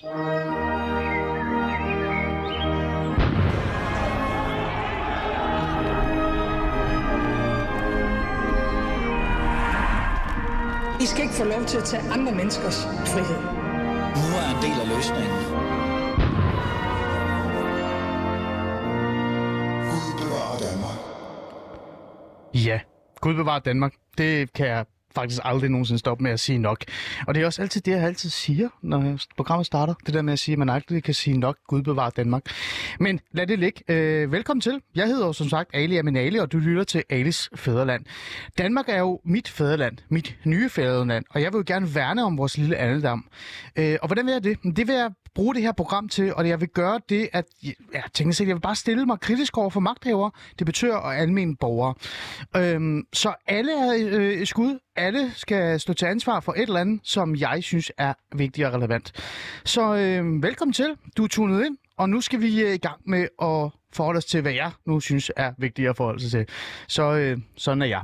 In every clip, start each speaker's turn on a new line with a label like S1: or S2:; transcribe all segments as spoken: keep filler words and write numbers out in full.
S1: I skal ikke få lov til at tage andre menneskers frihed.
S2: Nu er en del af løsningen.
S3: Gud bevarer Danmark.
S4: Ja, Gud bevarer Danmark. Det kan jeg faktisk aldrig nogensinde stoppe med at sige nok. Og det er også altid det, jeg altid siger, når programmet starter. Det der med at sige, at man aldrig kan sige nok, Gud bevarer Danmark. Men lad det ligge. Øh, velkommen til. Jeg hedder jo som sagt Ali Aminali, og du lytter til Alis Fædreland. Danmark er jo mit fædreland, mit nye fædreland, og jeg vil jo gerne værne om vores lille andedam. Øh, og hvordan vil jeg det? Det vil jeg bruge det her program til, og jeg vil gøre det, at ja, tænk sig, jeg vil bare stille mig kritisk over for magthavere, debattører og almene borgere. Øhm, så alle er øh, i skud. Alle skal stå til ansvar for et eller andet, som jeg synes er vigtigt og relevant. Så øh, velkommen til. Du er tunet ind, og nu skal vi øh, i gang med at forholde os til, hvad jeg nu synes er vigtigt at forholde sig til. Så øh, sådan er jeg.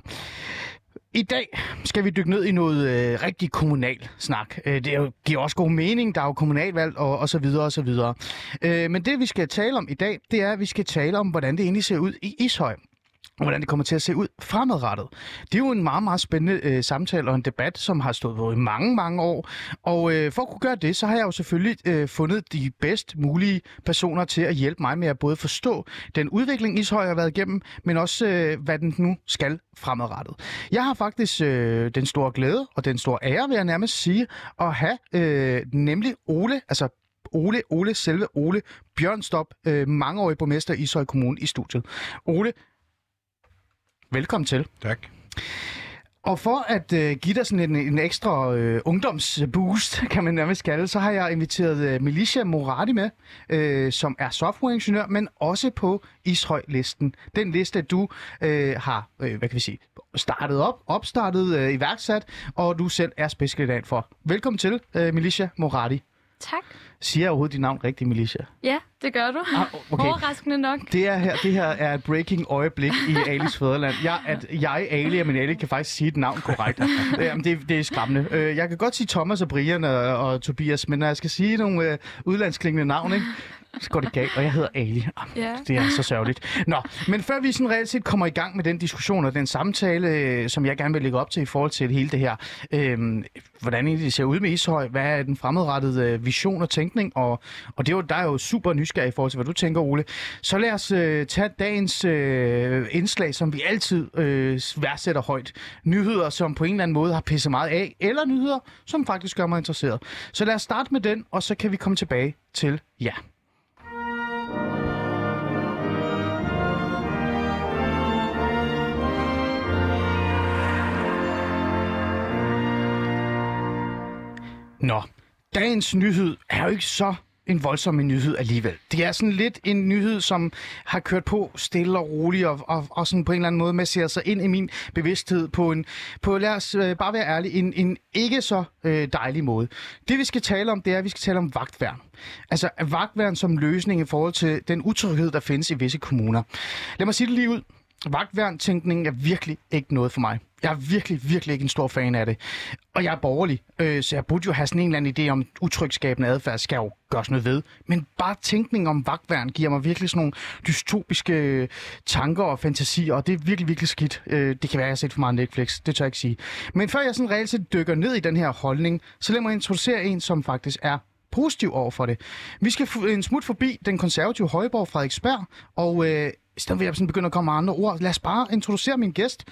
S4: I dag skal vi dykke ned i noget øh, rigtig kommunal snak. Øh, det er jo, giver også god mening, der er jo kommunalvalg og, og så videre og så videre. Øh, men det vi skal tale om i dag, det er, at vi skal tale om, hvordan det egentlig ser ud i Ishøj. Og hvordan det kommer til at se ud fremadrettet. Det er jo en meget, meget spændende øh, samtale og en debat, som har stået på i mange, mange år. Og øh, for at kunne gøre det, så har jeg jo selvfølgelig øh, fundet de bedst mulige personer til at hjælpe mig med at både forstå den udvikling, Ishøj har været igennem, men også øh, hvad den nu skal fremadrettet. Jeg har faktisk øh, den store glæde og den store ære, vil jeg nærmest sige, at have øh, nemlig Ole, altså Ole, Ole, selve Ole Bjørnstop, øh, mangeårig borgmester i Ishøj Kommune i studiet. Ole, velkommen til.
S5: Tak.
S4: Og for at øh, give dig sådan en, en ekstra øh, ungdomsboost, kan man nærmest kalde, så har jeg inviteret øh, Milicia Moradi med, øh, som er softwareingeniør, men også på Ishøj-listen. Den liste, du øh, har, øh, hvad kan vi sige, startet op, opstartet, øh, iværksat, og du selv er specialist for. Velkommen til, øh, Milicia Moradi.
S6: Tak.
S4: Siger jeg overhovedet dit navn rigtigt, Milicia?
S6: Ja, det gør du.
S4: Ah, okay.
S6: Overraskende nok.
S4: Det, er her, det her er et breaking øjeblik i Alis Fædreland. Jeg, at jeg, Ali og min Ali, kan faktisk sige et navn korrekt. Jamen, det, det er skræmmende. Jeg kan godt sige Thomas og Brian og, og Tobias, men når jeg skal sige nogle øh, udlandsklingende navn, ikke, så går det galt, og jeg hedder Ali.
S6: Ja.
S4: Det er så sørgeligt. Nå, men før vi sådan reelt set kommer i gang med den diskussion og den samtale, øh, som jeg gerne vil lægge op til i forhold til hele det her, øh, hvordan det ser ud med Ishøj, hvad er den fremadrettede øh, vision og tænkning, og, og det er jo, der er jo super nysgerrig i forhold til, hvad du tænker, Ole. Så lad os øh, tage dagens øh, indslag, som vi altid øh, værdsætter højt. Nyheder, som på en eller anden måde har pisset meget af, eller nyheder, som faktisk gør mig interesseret. Så lad os starte med den, og så kan vi komme tilbage til ja. Nå, dagens nyhed er jo ikke så en voldsom en nyhed alligevel. Det er sådan lidt en nyhed, som har kørt på stille og roligt, og, og, og sådan på en eller anden måde masserer sig ind i min bevidsthed på en, på lad os øh, bare være ærlig, en, en ikke så øh, dejlig måde. Det vi skal tale om, det er, at vi skal tale om vagtværn. Altså vagtværn som løsning i forhold til den utryghed, der findes i visse kommuner. Lad mig sige det lige ud. Vagtværn-tænkningen er virkelig ikke noget for mig. Jeg er virkelig, virkelig ikke en stor fan af det. Og jeg er borgerlig, øh, så jeg burde jo have sådan en eller anden idé om utrygskabende adfærd, skal jo gøres noget ved. Men bare tænkningen om vagtværn giver mig virkelig sådan nogle dystopiske tanker og fantasier, og det er virkelig, virkelig skidt. Øh, det kan være, at jeg har set for meget Netflix, det tør jeg ikke sige. Men før jeg sådan reelt set dykker ned i den her holdning, så lad mig introducere en, som faktisk er positiv over for det. Vi skal en smut forbi den konservative højborg Frederiksberg, og øh, i stedet vil jeg sådan begynde at komme med andre ord. Lad os bare introducere min gæst.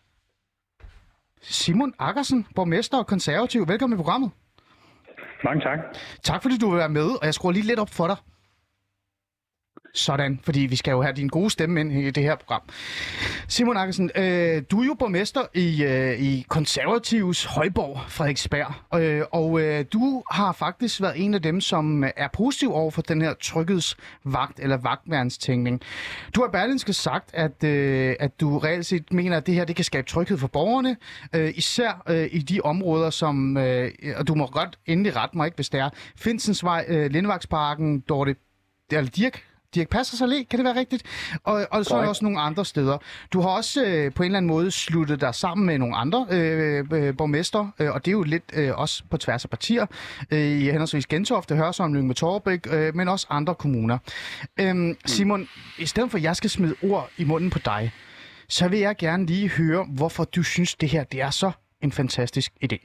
S4: Simon Akkersen, borgmester og konservativ. Velkommen i programmet.
S7: Mange tak. Tak
S4: fordi du vil være med, og jeg skruer lige lidt op for dig. Sådan, fordi vi skal jo have din gode stemme ind i det her program. Simon Akkersen, øh, du er jo borgmester i, øh, i Konservatives Højborg, Frederiksberg, øh, og øh, du har faktisk været en af dem, som er positiv over for den her tryghedsvagt eller vagtværnstænkning. Du har Berlingske sagt, at, øh, at du reelt set mener, at det her det kan skabe tryghed for borgerne, øh, især øh, i de områder, som, øh, og du må godt endelig rette mig, ikke, hvis det er, Finsensvej, øh, Lindevagtsparken, Dorte, eller Dirk, Dirch Passers Allé, kan det være rigtigt? Og, og så er der også nogle andre steder. Du har også øh, på en eller anden måde sluttet dig sammen med nogle andre øh, øh, borgmester, øh, og det er jo lidt øh, også på tværs af partier, øh, i henholdsvis Gentofte, Hørsholm, Lyngby-Taarbæk, øh, men også andre kommuner. Øhm, Simon, i stedet for at jeg skal smide ord i munden på dig, så vil jeg gerne lige høre, hvorfor du synes, det her det er så en fantastisk idé.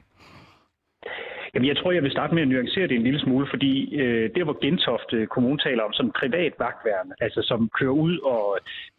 S7: Jamen, jeg tror, jeg vil starte med at nuancere det en lille smule, fordi øh, der, hvor Gentofte Kommune taler om som privat vagtværn, altså som kører ud og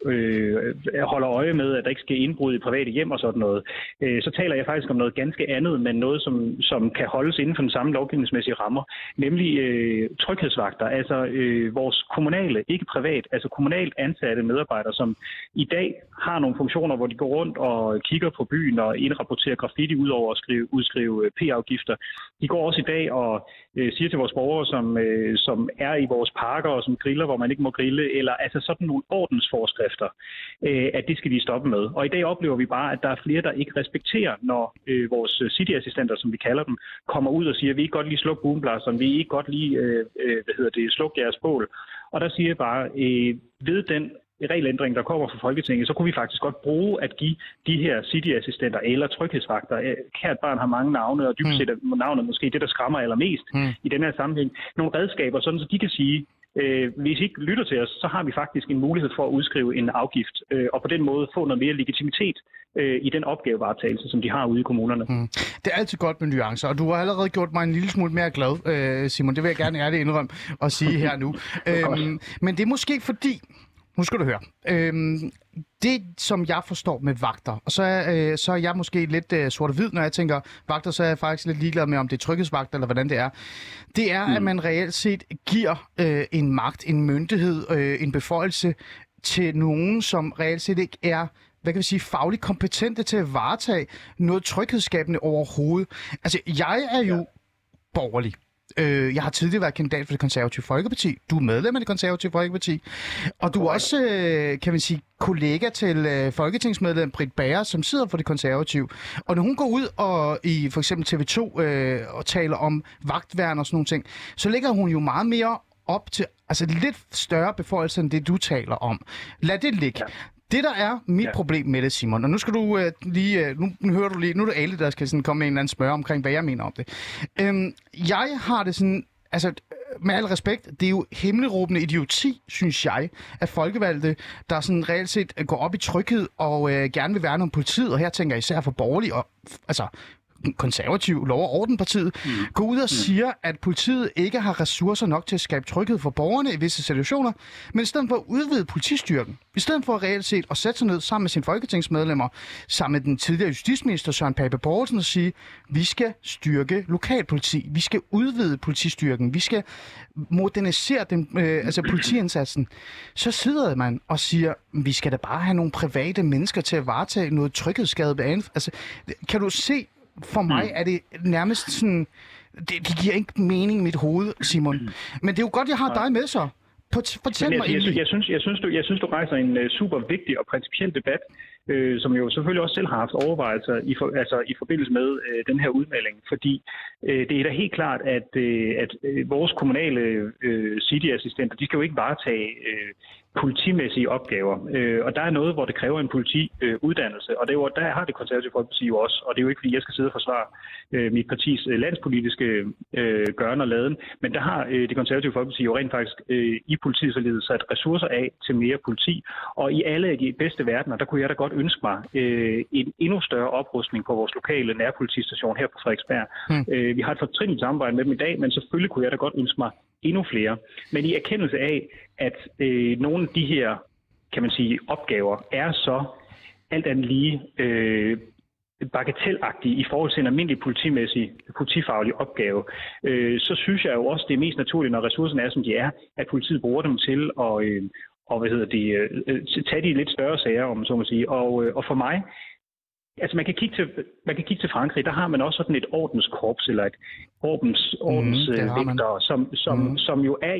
S7: øh, holder øje med, at der ikke sker indbrud i private hjem og sådan noget, øh, så taler jeg faktisk om noget ganske andet, men noget, som, som kan holdes inden for den samme lovgivningsmæssige rammer, nemlig øh, tryghedsvagter, altså øh, vores kommunale, ikke privat, altså kommunalt ansatte medarbejdere, som i dag har nogle funktioner, hvor de går rundt og kigger på byen og indrapporterer graffiti ud over at skrive, udskrive P-afgifter. De går også i dag og øh, siger til vores borgere, som, øh, som er i vores parker og som griller, hvor man ikke må grille, eller altså sådan nogle ordensforskrifter, øh, at det skal de stoppe med. Og i dag oplever vi bare, at der er flere, der ikke respekterer, når øh, vores city-assistenter, som vi kalder dem, kommer ud og siger, at vi ikke godt lige slukke boomblasteren, vi ikke godt lige øh, øh, hvad hedder det, slukke jeres bål. Og der siger jeg bare, øh, ved den regelændring, der kommer fra Folketinget, så kunne vi faktisk godt bruge at give de her city-assistenter eller tryghedsvagter, kært barn har mange navne, og dybest set er navnet måske det, der skræmmer allermest mm. i den her sammenhæng, nogle redskaber, sådan så de kan sige, øh, hvis I ikke lytter til os, så har vi faktisk en mulighed for at udskrive en afgift, øh, og på den måde få noget mere legitimitet øh, i den opgavevaretagelse, som de har ude i kommunerne. Mm.
S4: Det er altid godt med nuancer, og du har allerede gjort mig en lille smule mere glad, øh, Simon. Det vil jeg gerne ærligt indrømme og sige her nu. øhm, men det er måske fordi, nu skal du høre. Øhm, det, som jeg forstår med vagter, og så er, øh, så er jeg måske lidt øh, sort og hvid, når jeg tænker vagter, så er jeg faktisk lidt ligeglad med, om det er tryghedsvagter eller hvordan det er. Det er, mm. at man reelt set giver øh, en magt, en myndighed, øh, en beføjelse til nogen, som reelt set ikke er, hvad kan vi sige, fagligt kompetente til at varetage noget tryghedsskabende overhovedet. Altså, jeg er jo ja. borgerlig. Øh, jeg har tidligere været kandidat for Det Konservative Folkeparti. Du er medlem af Det Konservative Folkeparti. Og du er også, øh, kan man sige, kollega til øh, folketingsmedlem Britt Bager, som sidder for Det Konservative. Og når hun går ud og i for eksempel T V to øh, og taler om vagtværn og sådan nogle ting, så lægger hun jo meget mere op til altså lidt større beføjelser end det, du taler om. Lad det ligge. Ja. Det, der er mit ja. problem med det, Simon, og nu skal du øh, lige, øh, nu, nu hører du lige, nu er det alle, der skal sådan komme med en eller anden smør omkring, hvad jeg mener om det. Øhm, jeg har det sådan, altså med al respekt, det er jo himmelråbende idioti, synes jeg, at folkevalgte, der sådan reelt set går op i tryghed og øh, gerne vil værne om politiet, og her tænker jeg især for borgerlige, og altså konservativ lov- og ordenpartiet, mm. går ud og mm. siger, at politiet ikke har ressourcer nok til at skabe tryghed for borgerne i visse situationer, men i stedet for at udvide politistyrken, i stedet for reelt set at sætte sig ned sammen med sine folketingsmedlemmer, sammen med den tidligere justitsminister Søren Pape Poulsen og sige, vi skal styrke lokalpoliti, vi skal udvide politistyrken, vi skal modernisere den, øh, altså politiindsatsen, så sidder man og siger, vi skal da bare have nogle private mennesker til at varetage noget tryghedsskade. Altså, kan du se, for mig er det nærmest sådan, det, det giver ikke mening i mit hoved, Simon. Men det er jo godt, jeg har dig med så. Fortæl mig
S7: jeg, jeg, jeg, synes, jeg, synes, du, jeg synes, du rejser en uh, super vigtig og principiel debat, øh, som jo selvfølgelig også selv har haft overvejelser i, for, altså, i forbindelse med øh, den her udmelding. Fordi øh, det er da helt klart, at, øh, at øh, vores kommunale øh, city-assistenter, de skal jo ikke varetage øh, politimæssige opgaver. Øh, og der er noget, hvor det kræver en politiuddannelse. Øh, og det er jo, der har Det Konservative Folkeparti jo også. Og det er jo ikke, fordi jeg skal sidde og forsvare øh, mit partis øh, landspolitiske øh, gøren og laden. Men der har øh, Det Konservative Folkeparti jo rent faktisk øh, i politiforliget sat ressourcer af til mere politi. Og i alle af de bedste verdener, der kunne jeg da godt ønske mig øh, en endnu større oprustning på vores lokale nærpolitistation her på Frederiksberg. Mm. Øh, vi har et fortrinligt samarbejde med dem i dag, men selvfølgelig kunne jeg da godt ønske mig endnu flere. Men i erkendelse af, at øh, nogle af de her, kan man sige, opgaver er så alt andet lige øh, bagatelagtige i forhold til en almindelig politimæssig, politifaglig opgave, øh, så synes jeg jo også, det er mest naturligt, når ressourcerne er, som de er, at politiet bruger dem til at øh, og, hvad hedder det, øh, tage de lidt større sager, om så må sige. Og, øh, og for mig, altså man kan kigge til, man kan kigge til Frankrig, der har man også sådan et ordenskorps, eller et ordens, ordensvægter, mm, som, som, mm. som jo er i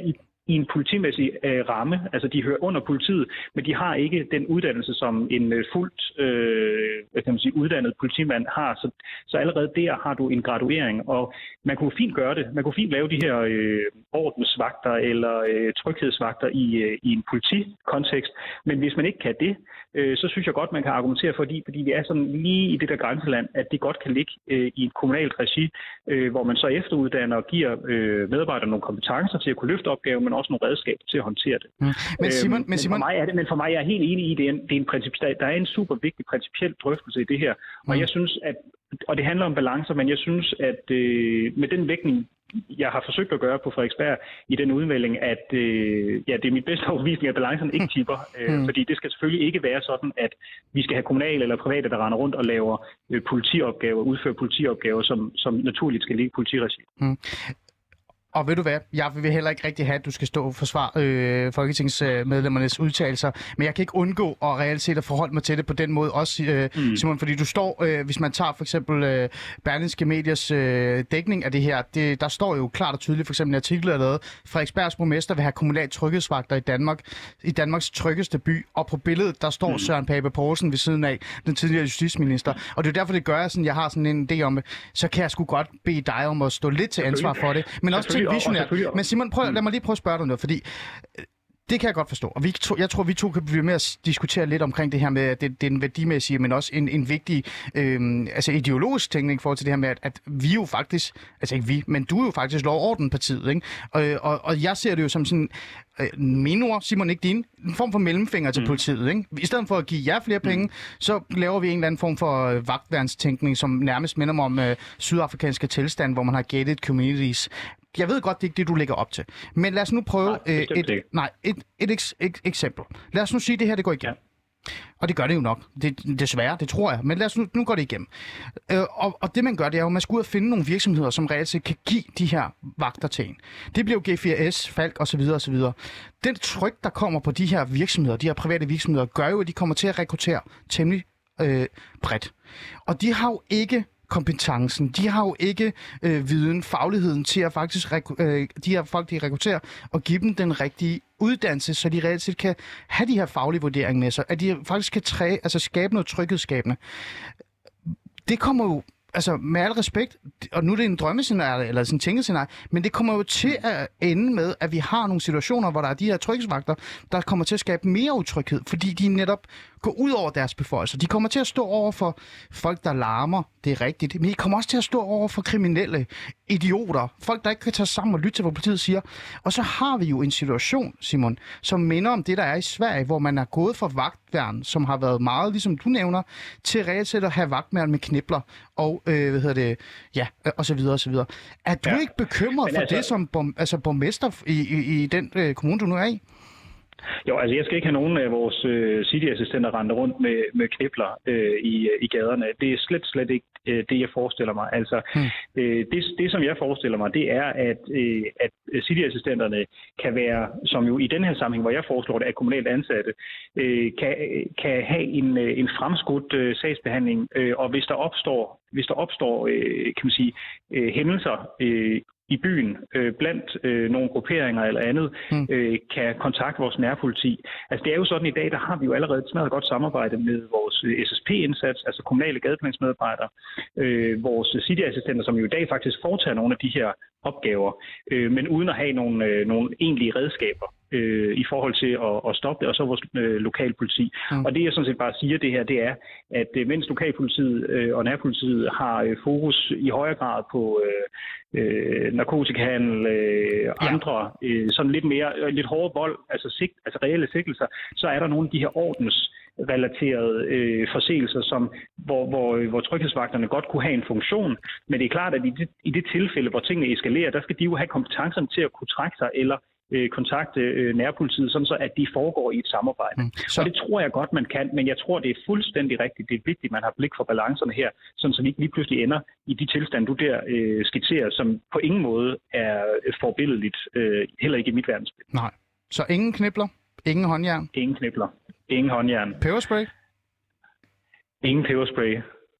S7: i en politimæssig øh, ramme. Altså, de hører under politiet, men de har ikke den uddannelse, som en øh, fuldt øh, hvad kan man sige, uddannet politimand har. Så, så allerede der har du en graduering, og man kunne fint gøre det. Man kunne fint lave de her øh, ordensvagter eller øh, tryghedsvagter i, øh, i en politikontekst. Men hvis man ikke kan det, øh, så synes jeg godt, man kan argumentere for, fordi, fordi vi er sådan lige i det der grænseland, at det godt kan ligge øh, i et kommunalt regi, øh, hvor man så efteruddanner og giver øh, medarbejdere nogle kompetencer til at kunne løfte opgaven, men også nogle redskaber til at håndtere det. Mm.
S4: Men Simon,
S7: øhm,
S4: men, Simon...
S7: men, for mig er det, men for mig er jeg helt enig i, det er en, det er en princip, der er en super vigtig principiel drøftelse i det her. Og mm. jeg synes, at, og det handler om balancer, men jeg synes, at øh, med den vægtning, jeg har forsøgt at gøre på Frederiksberg i den udmelding, at øh, ja, det er mit bedste overbevisning, at balancerne ikke tipper. Øh, mm. Fordi det skal selvfølgelig ikke være sådan, at vi skal have kommunale eller private, der render rundt og laver øh, politiopgaver, udfører politiopgaver, som, som naturligt skal ligge i politiregi. Mm.
S4: Og ved du hvad, jeg vil heller ikke rigtig have, at du skal stå og forsvare øh, folketingsmedlemmernes udtalelser, men jeg kan ikke undgå at reelt set at forholde mig til det på den måde også, øh, mm. Simon, fordi du står, øh, hvis man tager for eksempel øh, Berlingske Mediers øh, dækning af det her, det, der står jo klart og tydeligt, for eksempel en artikel, der er lavet, Frederiksbergs borgmester vil have kommunalt tryghedsvagter i Danmark, i Danmarks tryggeste by, og på billedet, der står mm. Søren Pape Poulsen ved siden af, den tidligere justitsminister, og det er derfor, det gør, at jeg har sådan en idé om, så kan jeg sgu godt bede dig om at stå lidt til ansvar for det, men også til visionært. Men Simon, prøv, lad mig lige prøve at spørge dig noget, fordi det kan jeg godt forstå. Og vi to, jeg tror, vi to kan blive med at diskutere lidt omkring det her med, at det, det er en værdimæssige, men også en, en vigtig øh, altså ideologisk tænkning i forhold til det her med, at, at vi jo faktisk, altså ikke vi, men du er jo faktisk lov- og orden-partiet, ikke? Og, og, og jeg ser det jo som sådan, øh, mine ord, Simon, ikke din, en form for mellemfinger til mm. politiet, ikke? I stedet for at give jer flere penge, mm. så laver vi en eller anden form for øh, vagtværnstænkning, som nærmest minder mig om øh, sydafrikanske tilstand, hvor man har gated communities. Jeg ved godt, det er ikke det, du lægger op til. Men lad os nu prøve nej, øh, et, nej, et, et, et, et eksempel. Lad os nu sige, at det her det går igennem. Ja. Og det gør det jo nok. Det, desværre, det tror jeg. Men lad os nu, nu går det igennem. Øh, og, og det man gør, det er jo, at man skal ud og finde nogle virksomheder, som reelt set kan give de her vagter til en. Det bliver jo G fire S, Falk osv. osv. Den tryk, der kommer på de her virksomheder, de her private virksomheder, gør jo, at de kommer til at rekruttere temmelig øh, bredt. Og de har jo ikke kompetencen. De har jo ikke øh, viden, fagligheden til at faktisk rek- øh, de her folk, de rekrutterer, og give dem den rigtige uddannelse, så de reelt set kan have de her faglige vurderinger med sig, at de faktisk kan træ, altså skabe noget tryghedsskabende. Det kommer jo, altså med al respekt, og nu er det en drømmescenarie, eller sådan en tænkescenarie, men det kommer jo til at ende med, at vi har nogle situationer, hvor der er de her tryghedsvagter, der kommer til at skabe mere utryghed, fordi de netop går ud over deres beføjelser. De kommer til at stå over for folk, der larmer, det er rigtigt, men de kommer også til at stå over for kriminelle, idioter, folk, der ikke kan tage sammen og lytte til, hvad politiet siger. Og så har vi jo en situation, Simon, som minder om det, der er i Sverige, hvor man er gået fra vagtværn, som har været meget, ligesom du nævner, til reelt set at have vagtværn med knipler og, øh, hvad hedder det, ja, og så videre, og så videre. Er du ja. ikke bekymret men for altså... det som borg, altså borgmester i, i, i den øh, kommune, du nu er i?
S7: Jo, altså jeg skal ikke have nogen af vores øh, city-assistenter rende rundt med, med knipler øh, i, i gaderne. Det er slet, slet ikke øh, det, jeg forestiller mig. Altså, hmm. øh, det, det, som jeg forestiller mig, det er, at, øh, at city-assistenterne kan være, som jo i den her sammenhæng, hvor jeg foreslår det, at kommunalt ansatte, øh, kan, kan have en, en fremskudt øh, sagsbehandling, øh, og hvis der opstår, hvis der opstår øh, kan man sige, øh, hændelser, øh, i byen, øh, blandt øh, nogle grupperinger eller andet, mm. øh, kan kontakte vores nærpoliti. Altså det er jo sådan i dag, der har vi jo allerede et smadret godt samarbejde med vores øh, S S P-indsats, altså kommunale gadeplansmedarbejdere, øh, vores city-assistenter, som jo i dag faktisk foretager nogle af de her opgaver, øh, men uden at have nogle, øh, nogle egentlige redskaber øh, i forhold til at, at stoppe det, og så vores øh, lokalpoliti. Mm. Og det jeg sådan set bare siger det her, det er, at øh, mens lokalpolitiet øh, og nærpolitiet har øh, fokus i højere grad på øh, øh, narkotikahandel, øh, ja. andre øh, sådan lidt mere, øh, lidt hårdere vold, altså, sigt, altså reelle sigtelser, så er der nogle af de her ordens relaterede øh, forseelser, som, hvor, hvor, hvor tryghedsvagterne godt kunne have en funktion. Men det er klart, at i det, i det tilfælde, hvor tingene eskalerer, der skal de jo have kompetencerne til at kunne trække sig eller øh, kontakte øh, nærpolitiet, sådan så at de foregår i et samarbejde. Mm. Så... Og det tror jeg godt, man kan, men jeg tror, det er fuldstændig rigtigt. Det er vigtigt, at man har blik for balancerne her, sådan så vi ikke lige pludselig ender i de tilstande, du der øh, skitserer, som på ingen måde er forbilledeligt, øh, heller ikke i mit verdensbillede.
S4: Nej. Så ingen knipler? Ingen håndjern?
S7: Ingen knipler. Ingen håndjern.
S4: Peberspray?
S7: Ingen peberspray.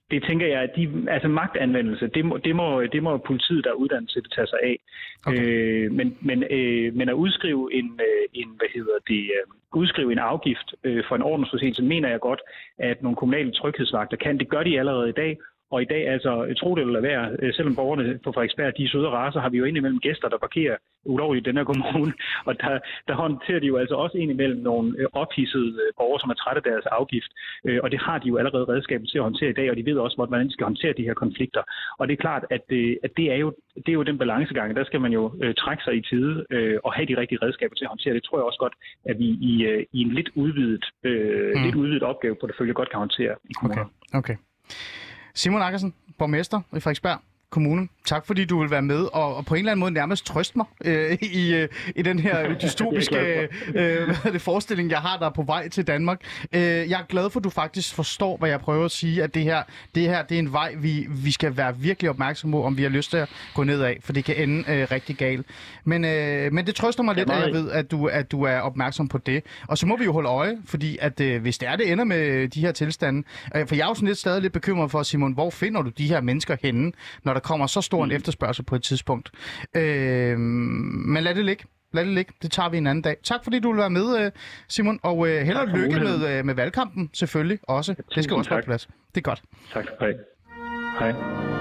S7: det tænker jeg, at de, altså magtanvendelse, det må, det må, det må politiet, der er uddannet til, tage sig af. Okay. Øh, men, men, øh, men at udskrive en, en, hvad hedder det, øh, udskrive en afgift øh, for en ordensforseelse, mener jeg godt, at nogle kommunale tryghedsvagter kan. Det gør de allerede i dag. Og i dag, altså, tro det eller være, selvom borgerne på Frederiksberg, de er søde racer, har vi jo indimellem gæster, der parkerer ulovligt i den her kommune. Og der, der håndterer de jo altså også indimellem nogle ophidsede borgere, som er trætte af deres afgift. Og det har de jo allerede redskaber til at håndtere i dag, og de ved også, hvordan de skal håndtere de her konflikter. Og det er klart, at det, at det, er, jo, det er jo den balancegang. Der skal man jo øh, trække sig i tide øh, og have de rigtige redskaber til at håndtere. Det tror jeg også godt, at vi i, øh, i en lidt udvidet, øh, mm. lidt udvidet opgave på det følge godt kan håndtere i kommuner.
S4: Okay, okay. Simon Ankersen, borgmester i Frederiksberg Kommune. Tak fordi du vil være med og, og på en eller anden måde nærmest trøste mig øh, i, øh, i den her dystopiske øh, det forestilling, jeg har, der er på vej til Danmark. Øh, jeg er glad for, at du faktisk forstår, hvad jeg prøver at sige, at det her, det her det er en vej, vi, vi skal være virkelig opmærksom på, om vi har lyst til at gå ned af, for det kan ende øh, rigtig galt. Men, øh, men det trøster mig lidt, at jeg ved, at du, at du er opmærksom på det. Og så må vi jo holde øje, fordi at, øh, hvis det er, det ender med de her tilstande, øh, for jeg er jo sådan lidt stadig lidt bekymret for, Simon, hvor finder du de her mennesker henne, når der kommer så stor en efterspørgsel på et tidspunkt. Øh, men lad det ligge. Lad det ligge. Det tager vi en anden dag. Tak fordi du vil være med, Simon, og øh, held og lykke med, med valgkampen selvfølgelig også. Ja, det skal også være på plads. Det er godt.
S7: Tak. Hej. Hej.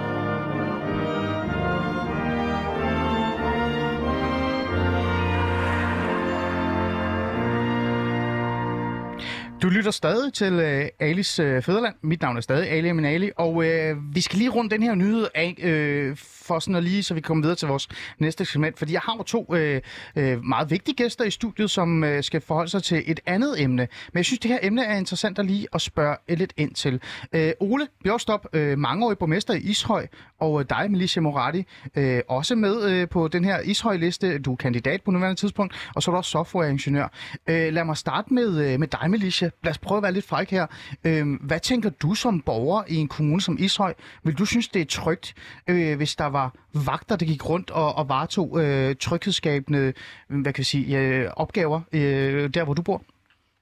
S4: Du lytter stadig til øh, Alis øh, Fæderland. Mit navn er stadig Ali Amin Ali, og øh, vi skal lige runde den her nyhed af, øh, for sådan at lige, så vi kommer videre til vores næste segment. Fordi jeg har jo to øh, øh, meget vigtige gæster i studiet, som øh, skal forholde sig til et andet emne. Men jeg synes, det her emne er interessant at lige at spørge lidt ind til. Øh, Ole Bjørstop, øh, mangeårig borgmester i Ishøj, og dig, Melissa Morati, øh, også med øh, på den her Ishøj-liste. Du er kandidat på nuværende tidspunkt, og så er du også softwareingeniør. Øh, lad mig starte med, øh, med dig, Melissa. Lad os prøve at være lidt fræk her. Øhm, hvad tænker du som borger i en kommune som Ishøj? Vil du synes, det er trygt, øh, hvis der var vagter, der gik rundt og, og varetog øh, tryghedsskabende hvad kan jeg sige, øh, opgaver øh, der, hvor du bor?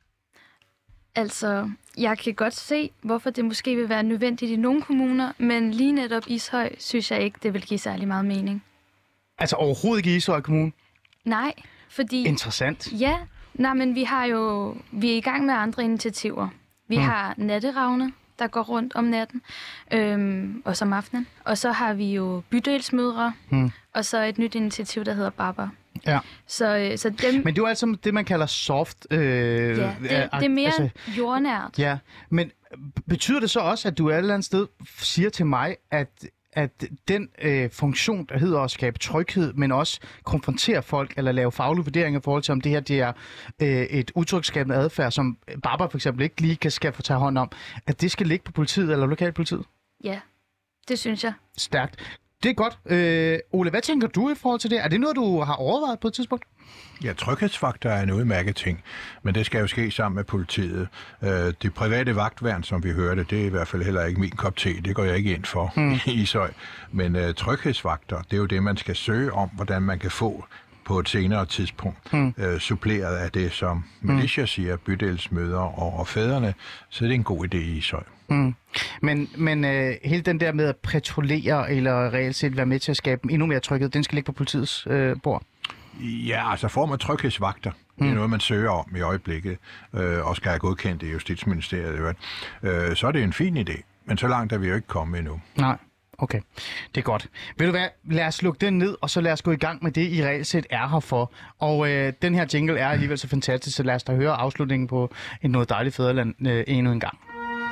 S5: Altså, jeg kan godt se, hvorfor det måske vil være nødvendigt i nogle kommuner, men lige netop Ishøj synes jeg ikke, det vil give særlig meget mening. Altså
S4: overhovedet ikke i Ishøj Kommune?
S5: Nej, fordi...
S4: Interessant.
S5: Ja, nej, men vi har jo... Vi er i gang med andre initiativer. Vi hmm. har natteravne, der går rundt om natten, øhm, også om aftenen. Og så har vi jo bydelsmødre, hmm. og så et nyt initiativ, der hedder Baba.
S4: Ja.
S5: Så, så dem...
S4: Men det er jo altså det, man kalder soft... Øh,
S5: ja, det, det er mere altså, jordnært.
S4: Ja, men betyder det så også, at du et eller andet sted siger til mig, at at den øh, funktion, der hedder at skabe tryghed, men også konfrontere folk eller lave faglige vurderinger i forhold til, om det her det er øh, et udtryksskabende adfærd, som Baba for eksempel ikke lige kan skal få tage hånd om, at det skal ligge på politiet eller lokalpolitiet?
S5: Ja, det synes jeg.
S4: Stærkt. Det er godt. Øh, Ole, hvad tænker du i forhold til det? Er det noget, du har overvejet på et tidspunkt?
S6: Ja, tryghedsvagter er en udmærket ting, men det skal jo ske sammen med politiet. Øh, det private vagtværn, som vi hørte, det er i hvert fald heller ikke min kop te. Det går jeg ikke ind for hmm. i Ishøj. Men øh, tryghedsvagter, det er jo det, man skal søge om, hvordan man kan få på et senere tidspunkt, hmm. øh, suppleret af det, som Melissa hmm. siger, bydelsmøder og, og fædrene, så det er en god idé i Ishøj.
S4: Mm. Men, men øh, hele den der med at patruljere eller reelt set være med til at skabe endnu mere tryghed, den skal ligge på politiets øh, bord?
S6: Ja, altså form af tryghedsvagter. Mm. Det er noget, man søger om i øjeblikket, øh, og skal have godkendt i Justitsministeriet. Øh, så er det en fin idé, men så langt er vi jo ikke kommet endnu.
S4: Nej. Okay, det er godt. Ved du hvad, lad os lukke den ned, og så lad os gå i gang med det, I reelt set er her for. Og øh, den her jingle er alligevel så fantastisk, så lad os da høre afslutningen på en noget dejligt fædreland øh, endnu en gang.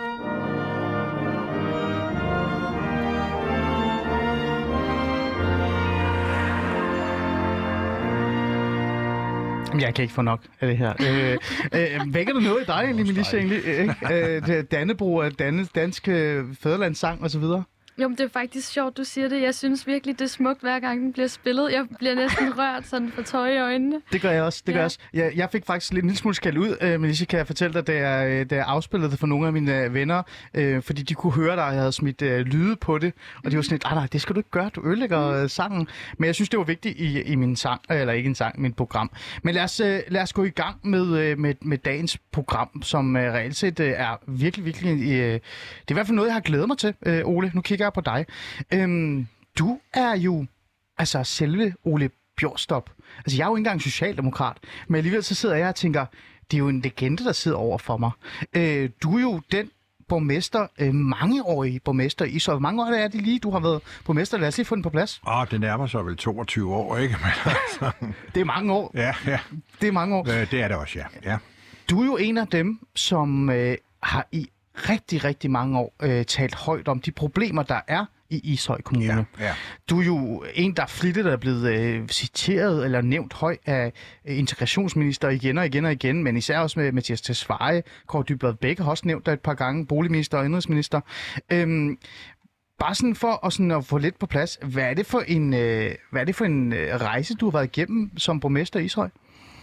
S4: Jeg kan ikke få nok af det her. Øh, øh, vækker du noget i dig egentlig, Melissa? Øh, Dannebro, Danne, dansk fædrelandssang og så videre?
S5: Jo, men det er faktisk sjovt, du siger det. Jeg synes virkelig, det er smukt, hver gang den bliver spillet. Jeg bliver næsten rørt, sådan for tøj i øjnene.
S4: Det gør jeg også. Det
S5: Ja.
S4: gør jeg også. Jeg, jeg fik faktisk lidt en lille smule skæld ud, øh, men lige kan jeg fortælle dig, da jeg, da jeg afspillede det for nogle af mine øh, venner, øh, fordi de kunne høre dig, og jeg havde smidt øh, lyde på det, og de var sådan lidt, nej, nej, det skal du ikke gøre, du ødelægger øh, sangen. Men jeg synes, det var vigtigt i, i min sang, eller ikke en sang, men et program. Men lad os, øh, lad os gå i gang med, øh, med, med dagens program, som øh, reelt set øh, er virkelig, virkelig, øh, det er i hvert fald noget, jeg har glædet mig til, øh, Ole. Nu kigger jeg på dig. Øhm, du er jo altså selve Ole Bjorstrup. Altså, jeg er jo ikke engang socialdemokrat, men alligevel så sidder jeg og tænker, det er jo en legende, der sidder over for mig. Øh, du er jo den borgmester, øh, mangeårige borgmester i Ishøj. Hvor mange år er det lige, du har været borgmester? Lad os lige få den på plads.
S6: Åh, oh, det nærmer sig vel toogtyve år, ikke? Men, altså,
S4: Det er mange år.
S6: ja, ja.
S4: Det er mange år.
S6: Øh, det er det også, ja. ja.
S4: Du er jo en af dem, som øh, har i rigtig, rigtig mange år øh, talt højt om de problemer, der er i Ishøj Kommune.
S6: Ja, ja.
S4: Du er jo en, der flittigt er blevet øh, citeret eller nævnt højt af øh, integrationsminister igen og igen og igen, men især også med Mathias Tesfaye, Kåre Dybvad Bek har også nævnt dig et par gange, boligminister og indrigsminister. Øhm, bare sådan for at, sådan at få lidt på plads, hvad er det for en, øh, hvad er det for en øh, rejse, du har været igennem som borgmester i Ishøj?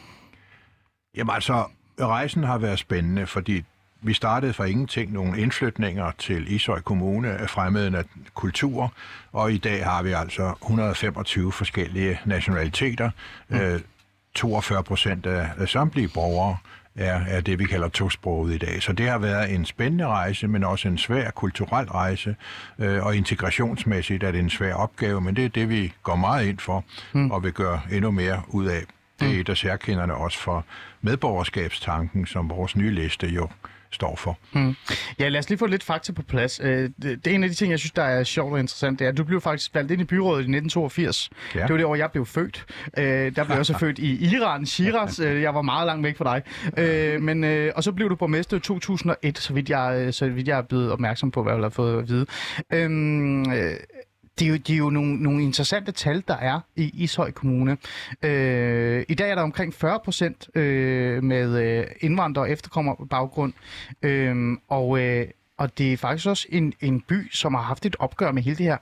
S6: Jamen altså, rejsen har været spændende, fordi vi startede fra ingenting nogle indflytninger til Ishøj Kommune af fremmede kulturer, og i dag har vi altså et hundrede og femogtyve forskellige nationaliteter. Mm. Øh, toogfyrre procent af, af samtlige borgere er, er det, vi kalder tosproget i dag. Så det har været en spændende rejse, men også en svær kulturel rejse, øh, og integrationsmæssigt er det en svær opgave, men det er det, vi går meget ind for, mm. og vil gøre endnu mere ud af. Det er et af særkenderne også for medborgerskabstanken, som vores nye liste jo står for.
S4: Hmm. Ja, lad os lige få lidt fakta på plads. Det, det er en af de ting, jeg synes, der er sjovt og interessant, det er, at du blev faktisk valgt ind i byrådet i nitten toogfirs. Ja. Det var det år, jeg blev født. Der blev jeg også født i Iran, Shiraz. Jeg var meget langt væk fra dig. Men, og så blev du borgmester i to tusind og et, så vidt jeg, så vidt jeg er blevet opmærksom på, hvad jeg har fået at vide. Det er jo, det er jo nogle, nogle interessante tal, der er i Ishøj Kommune. Øh, I dag er der omkring fyrre procent øh, med øh, indvandrere og efterkommerbaggrund. Øh, og, øh, og det er faktisk også en, en by, som har haft et opgør med hele det her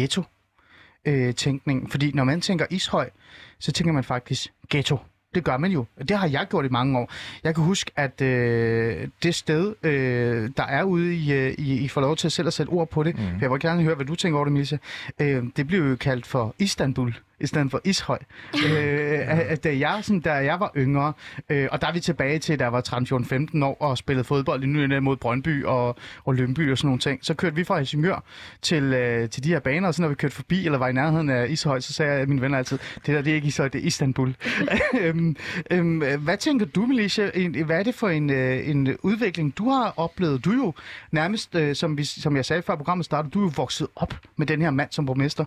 S4: ghetto-tænkning. Øh, Fordi når man tænker Ishøj, så tænker man faktisk ghetto. Det gør man jo. Det har jeg gjort i mange år. Jeg kan huske, at øh, det sted, øh, der er ude i, I, I får lov til at selv at sætte ord på det. Mm. Jeg vil gerne høre, hvad du tænker over det, Melissa. Øh, det blev jo kaldt for Istanbul, i stedet for Ishøj. øh, da, jeg, sådan, da jeg var yngre, øh, og der er vi tilbage til, da jeg var tretten fjorten femten år og spillede fodbold i Nyland mod Brøndby og, og Lyngby og sådan nogle ting, så kørte vi fra Helsingør til, øh, til de her baner, og så når vi kørte forbi eller var i nærheden af Ishøj, så sagde jeg mine venner altid, det der det er ikke Ishøj, det er Istanbul. øhm, øhm, hvad tænker du, Melissa? Hvad er det for en, en udvikling, du har oplevet? Du er jo nærmest, øh, som, vi, som jeg sagde før programmet startede, du er jo vokset op med den her mand som borgmester.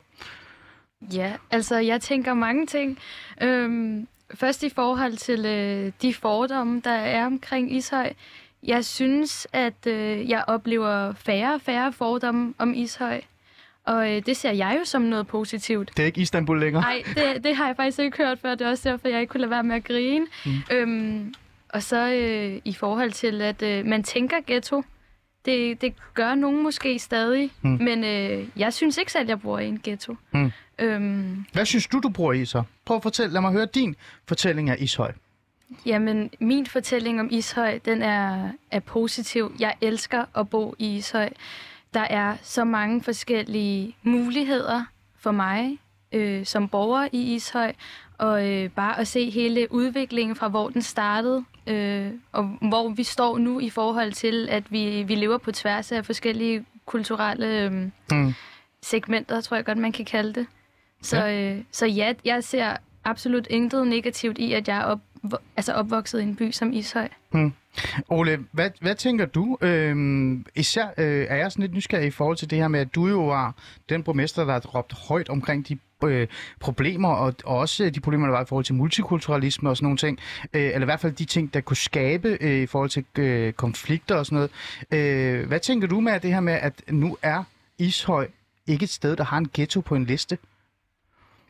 S5: Ja, altså jeg tænker mange ting. Øhm, først i forhold til øh, de fordomme, der er omkring Ishøj. Jeg synes, at øh, jeg oplever færre og færre fordomme om Ishøj. Og øh, det ser jeg jo som noget positivt.
S4: Det er ikke Istanbul længere?
S5: Nej, det, det har jeg faktisk ikke hørt før. Det er også derfor, jeg ikke kunne lade være med at grine. Mm. Øhm, og så øh, i forhold til, at øh, man tænker ghetto. Det, det gør nogen måske stadig, mm. men øh, jeg synes ikke selv, at jeg bor i en ghetto. Mm. Øhm,
S4: Hvad synes du, du bor i så? Prøv at fortælle, lad mig høre din fortælling af Ishøj.
S5: Jamen, min fortælling om Ishøj, den er, er positiv. Jeg elsker at bo i Ishøj. Der er så mange forskellige muligheder for mig øh, som borger i Ishøj, og øh, bare at se hele udviklingen fra, hvor den startede, øh, og hvor vi står nu i forhold til, at vi, vi lever på tværs af forskellige kulturelle øh, mm. segmenter, tror jeg godt, man kan kalde det. Så ja, øh, så ja jeg ser absolut intet negativt i, at jeg er op, altså opvokset i en by som Ishøj. Hmm.
S4: Ole, hvad, hvad tænker du? Øhm, især øh, er jeg sådan lidt nysgerrig i forhold til det her med, at du jo var den borgmester, der har råbt højt omkring de øh, problemer, og, og også de problemer, der var i forhold til multikulturalisme og sådan nogle ting. Øh, eller i hvert fald de ting, der kunne skabe øh, i forhold til øh, konflikter og sådan noget. Øh, hvad tænker du med det her med, at nu er Ishøj ikke et sted, der har en ghetto på en liste?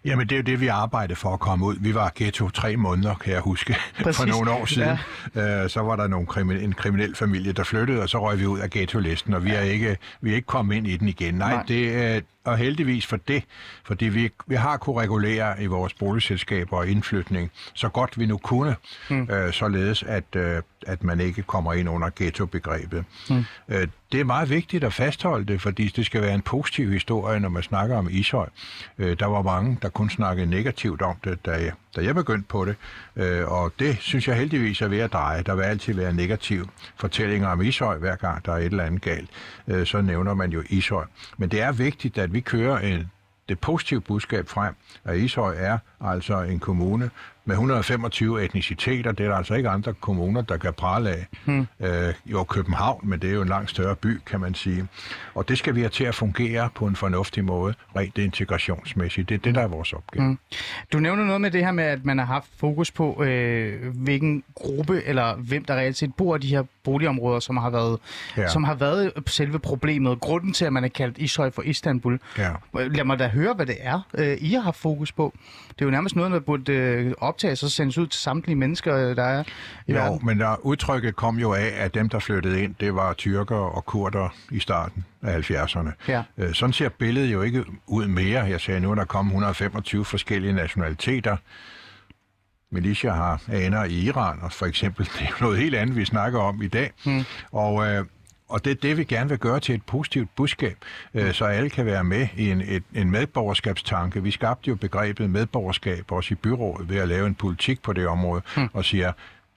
S6: Jamen, det er jo det, vi arbejdede for at komme ud. Vi var ghetto tre måneder, kan jeg huske, Præcis. for nogle år siden. Ja. Øh, så var der nogle krimin- en kriminel familie, der flyttede, og så røg vi ud af ghetto-listen, og vi er ikke, vi er ikke kommet ind i den igen. Nej, Nej. det er... Og heldigvis for det, fordi vi, vi har kunnet regulere i vores boligselskaber og indflytning så godt vi nu kunne, mm. øh, således at, øh, at man ikke kommer ind under ghetto-begrebet. Mm. Øh, det er meget vigtigt at fastholde det, fordi det skal være en positiv historie, når man snakker om Ishøj. Øh, der var mange, der kun snakkede negativt om det, da jeg, da jeg begyndte på det, øh, og det synes jeg heldigvis er ved at dreje. Der vil altid være negative fortællinger om Ishøj, hver gang der er et eller andet galt. Øh, så nævner man jo Ishøj. Men det er vigtigt, at vi kører en, det positive budskab frem, at Ishøj er altså en kommune med et hundrede og femogtyve etniciteter. Det er der altså ikke andre kommuner, der kan prale af. Hmm. Øh, jo, København, men det er jo en langt større by, kan man sige. Og det skal vi have til at fungere på en fornuftig måde, rent integrationsmæssigt. Det er det, der er vores opgave. Hmm.
S4: Du nævner noget med det her med, at man har haft fokus på, øh, hvilken gruppe eller hvem der reelt set bor i de her boligområder, som har været, ja. som har været selve problemet. Grunden til, at man er kaldt Ishøj for Istanbul. Ja. Lad mig da høre, hvad det er, øh, I har haft fokus på. Det er jo nærmest noget, der burde øh, optages og sendes ud til samtlige mennesker, der er i
S6: jo,
S4: verden.
S6: Men der, udtrykket kom jo af, at dem, der flyttede ind, det var tyrker og kurder i starten af halvfjerdserne. Ja. Øh, sådan ser billedet jo ikke ud mere. Jeg sagde nu, at der kom et hundrede og femogtyve forskellige nationaliteter. Militia har aner i Iran, og for eksempel, det er noget helt andet, vi snakker om i dag. Hmm. Og... Øh, Og det er det, vi gerne vil gøre til et positivt budskab, øh, så alle kan være med i en, et, en medborgerskabstanke. Vi skabte jo begrebet medborgerskab også i byrådet ved at lave en politik på det område, hmm. og siger,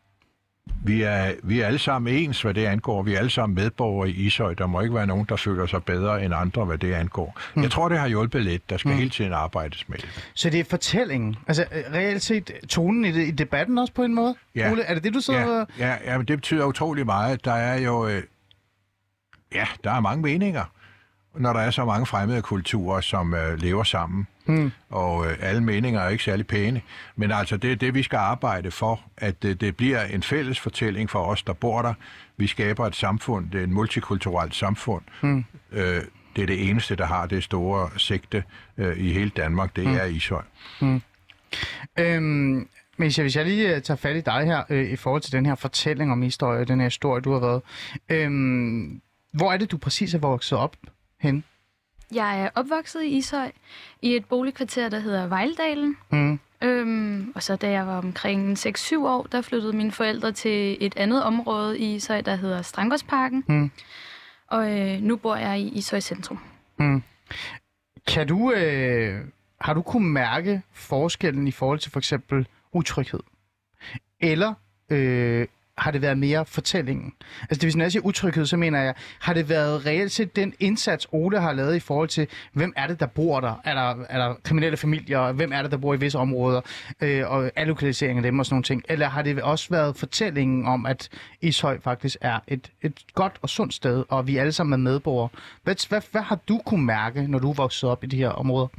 S6: vi er, vi er alle sammen ens, hvad det angår. Vi er alle sammen medborgere i Ishøj. Der må ikke være nogen, der føler sig bedre end andre, hvad det angår. Hmm. Jeg tror, det har hjulpet lidt. Der skal hmm. hele tiden arbejdes med det.
S4: Så det er fortællingen? Altså reelt set tonen i, det, i debatten også på en måde?
S6: Ja.
S4: Ole, er det det, du sidder...
S6: Ja, ja, ja, men det betyder utrolig meget. Der er jo... Øh, Ja, der er mange meninger, når der er så mange fremmede kulturer, som øh, lever sammen. Mm. Og øh, alle meninger er ikke særlig pæne. Men altså, det er det, vi skal arbejde for, at det, det bliver en fælles fortælling for os, der bor der. Vi skaber et samfund, det er et multikulturelt samfund. Mm. Øh, det er det eneste, der har det store sigte øh, i hele Danmark, det mm. er Ishøj. Mm.
S4: Øhm... Men hvis jeg lige tager fat i dig her, øh, i forhold til den her fortælling om historie, den her historie, du har været. Øhm, hvor er det, du præcis er vokset op hen?
S5: Jeg er opvokset i Ishøj, i et boligkvarter, der hedder Vejldalen. Mm. Øhm, og så da jeg var omkring seks syv år, der flyttede mine forældre til et andet område i Ishøj, der hedder Strandgårdsparken. Mm. Og øh, nu bor jeg i Ishøj Centrum. Mm.
S4: Kan du, øh, har du kunnet mærke forskellen i forhold til for eksempel utryghed? Eller øh, har det været mere fortællingen? Altså, det, hvis jeg siger utryghed, så mener jeg, har det været reelt set den indsats, Ole har lavet i forhold til, hvem er det, der bor der? Er der, er der kriminelle familier? Hvem er det, der bor i visse områder? Øh, og allokalisering af dem og sådan nogle ting. Eller har det også været fortællingen om, at Ishøj faktisk er et, et godt og sundt sted, og vi alle sammen er medborgere? Hvad, hvad, hvad har du kunnet mærke, når du er vokset op i de her områder?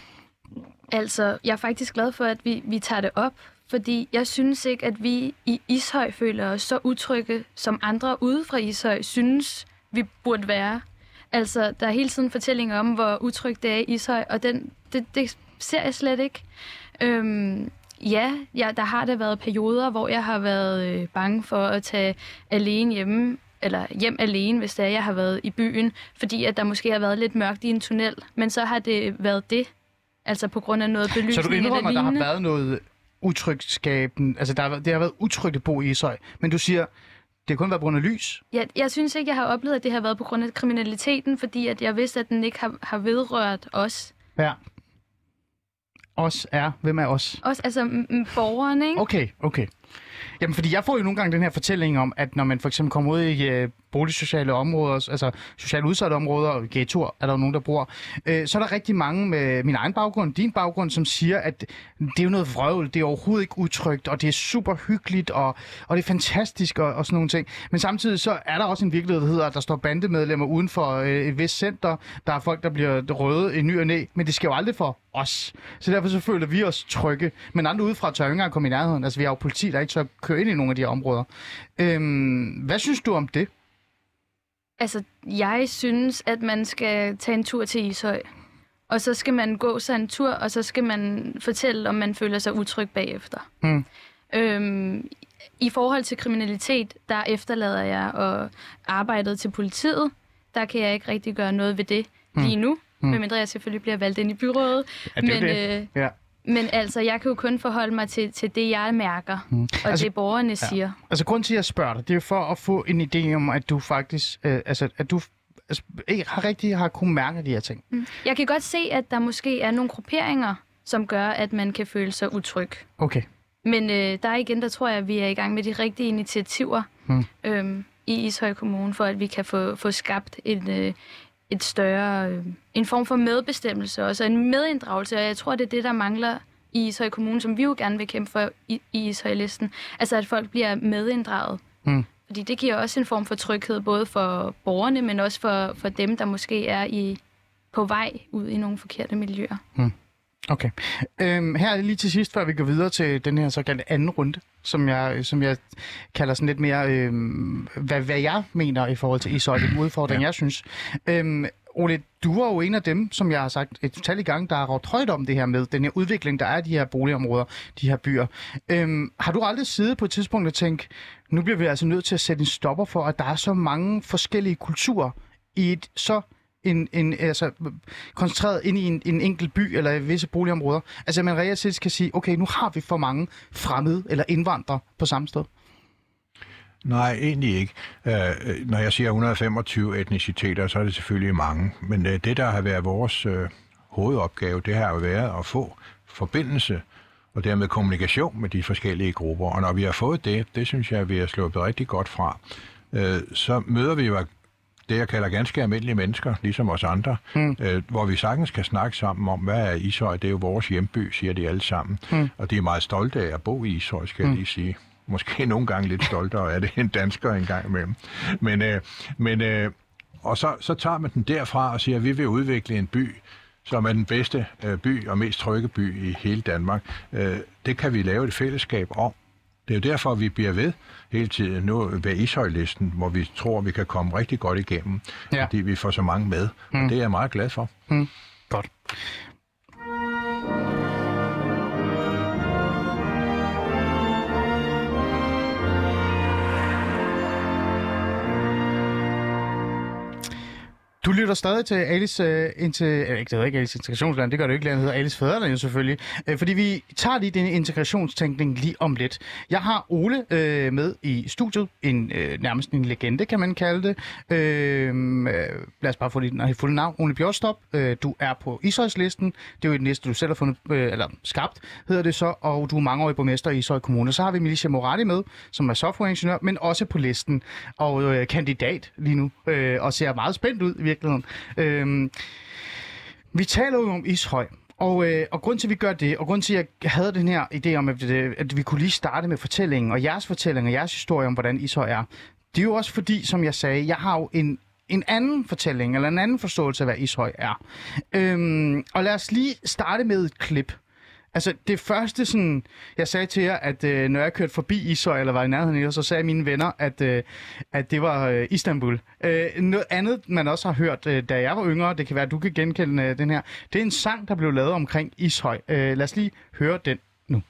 S5: Altså, jeg er faktisk glad for, at vi, vi tager det op, fordi jeg synes ikke, at vi i Ishøj føler os så utrygge, som andre ude fra Ishøj synes, vi burde være. Altså, der er hele tiden fortællinger om, hvor utrygt det er i Ishøj, og den, det, det ser jeg slet ikke. Øhm, ja, ja, der har der været perioder, hvor jeg har været øh, bange for at tage alene hjemme, eller hjem alene, hvis det er, jeg har været i byen, fordi at der måske har været lidt mørkt i en tunnel, men så har det været det. Altså på grund af noget belysning.
S4: Så du indrømmer, at der har været noget utrygtskaben, altså der har, det har været utrygt at bo i Ishøj, men du siger, det har kun været på grund af lys?
S5: Ja, jeg synes ikke, jeg har oplevet, at det har været på grund af kriminaliteten, fordi at jeg vidste, at den ikke har, har vedrørt os.
S4: Ja. Os er? Hvem er os?
S5: Os, altså m- borgerne, ikke?
S4: Okay, okay. Jamen, fordi jeg får jo nogle gange den her fortælling om, at når man for eksempel kommer ud i øh, boligsociale områder, altså socialt udsatte områder, og ghettoer er der jo nogen, der bor, øh, så er der rigtig mange med min egen baggrund, din baggrund, som siger, at det er jo noget vrøvl, det er overhovedet ikke utrygt, og det er super hyggeligt, og, og det er fantastisk, og, og sådan nogle ting. Men samtidig så er der også en virkelighed, der hedder, at der står bandemedlemmer uden for øh, et vist center, der er folk, der bliver røde i ny og næ, men det sker jo aldrig for os. Så derfor så føler vi os trygge. Men andre udefra tør ikke engang komme i nærheden. Altså, vi har jo politi, der ikke tør køre ind i nogle af de her områder. Øhm, hvad synes du om det?
S5: Altså, jeg synes, at man skal tage en tur til Ishøj og så skal man gå sig en tur, og så skal man fortælle, om man føler sig utryg bagefter. Mm. Øhm, I forhold til kriminalitet, der efterlader jeg og arbejdet til politiet. Der kan jeg ikke rigtig gøre noget ved det mm. lige nu, mm. medmindre jeg selvfølgelig bliver valgt ind i byrådet.
S4: Ja, det men, det. Øh, ja.
S5: men altså, jeg kan jo kun forholde mig til, til det, jeg mærker, mm. og altså, det borgerne ja. siger.
S4: Altså, grunden til, at jeg spørger dig, det er for at få en idé om, at du faktisk, øh, altså, at du altså, ikke har rigtig har kunnet mærke de her ting. Mm.
S5: Jeg kan godt se, at der måske er nogle grupperinger, som gør, at man kan føle sig utryg.
S4: Okay.
S5: Men øh, der igen, der tror jeg, at vi er i gang med de rigtige initiativer hmm. øhm, i Ishøj Kommune, for at vi kan få, få skabt et, øh, et større, øh, en form for medbestemmelse, også en medinddragelse, og jeg tror, det er det, der mangler i Ishøj Kommune, som vi jo gerne vil kæmpe for i, i Ishøj-listen. Altså, at folk bliver medinddraget. Hmm. Fordi det giver også en form for tryghed, både for borgerne, men også for, for dem, der måske er i, på vej ud i nogle forkerte miljøer. Hmm.
S4: Okay. Øhm, her lige til sidst, før vi går videre til den her såkaldte anden runde, som jeg, som jeg kalder sådan lidt mere, øhm, hvad, hvad jeg mener i forhold til Ishøj, den udfordring, ja. jeg synes. Øhm, Ole, du var jo en af dem, som jeg har sagt et tal i gang, der har råbt højt om det her med den her udvikling, der er i de her boligområder, de her byer. Øhm, har du aldrig siddet på et tidspunkt og tænkt, nu bliver vi altså nødt til at sætte en stopper for, at der er så mange forskellige kulturer i et så En, en, altså, koncentreret ind i en, en enkelt by eller i visse boligområder. Altså, man reelt set kan sige, okay, nu har vi for mange fremmede eller indvandrere på samme sted.
S6: Nej, egentlig ikke. Uh, når jeg siger et hundrede og femogtyve etniciteter, så er det selvfølgelig mange. Men uh, det, der har været vores uh, hovedopgave, det har jo været at få forbindelse og dermed kommunikation med de forskellige grupper. Og når vi har fået det, det synes jeg, vi har sluppet rigtig godt fra, uh, så møder vi jo det, jeg kalder ganske almindelige mennesker, ligesom os andre, mm. øh, hvor vi sagtens kan snakke sammen om, hvad er Ishøj? Det er jo vores hjemby, siger de alle sammen. Mm. Og de er meget stolte af at bo i Ishøj, skal mm. jeg lige sige. Måske nogle gange lidt stoltere af det end danskere en gang imellem. Men, øh, men, øh, og så, så tager man den derfra og siger, at vi vil udvikle en by, som er den bedste øh, by og mest trygge by i hele Danmark. Øh, det kan vi lave et fællesskab om. Det er jo derfor, vi bliver ved hele tiden nu ved Ishøj-listen, hvor vi tror, vi kan komme rigtig godt igennem, ja. fordi vi får så mange med. Mm. Og det er jeg meget glad for.
S4: Mm. Godt. Du lytter stadig til Alice, øh, indtil, øh, ikke, det hedder ikke Alice Integrationsland, det gør det ikke, det hedder Alice Fædreland selvfølgelig, øh, fordi vi tager lige den integrationstænkning lige om lidt. Jeg har Ole øh, med i studiet, en, øh, nærmest en legende, kan man kalde det. Øh, øh, lad os bare få dit fulde navn. Ole Bjørstop, øh, du er på Ishøjslisten, det er jo et næste, du selv har fundet, øh, eller skabt, hedder det så, og du er mangeårig borgmester i Ishøj Kommune. Så har vi Milicia Morati med, som er softwareingeniør, men også på listen, og øh, kandidat lige nu, øh, og ser meget spændt ud i virkeligheden. Øhm, vi taler jo om Ishøj, og, øh, og grund til, at vi gør det, og grund til, at jeg havde den her idé om, at, at vi kunne lige starte med fortællingen, og jeres fortælling, og jeres historie om, hvordan Ishøj er, det er jo også fordi, som jeg sagde, jeg har jo en, en anden fortælling, eller en anden forståelse af, hvad Ishøj er. Øhm, og lad os lige starte med et klip. Altså, det første sådan, jeg sagde til jer, at øh, når jeg kørte forbi Ishøj, eller var i nærheden af så sagde mine venner, at, øh, at det var øh, Istanbul. Øh, noget andet, man også har hørt, øh, da jeg var yngre, det kan være, at du kan genkende øh, den her, det er en sang, der blev lavet omkring Ishøj. Øh, lad os lige høre den nu.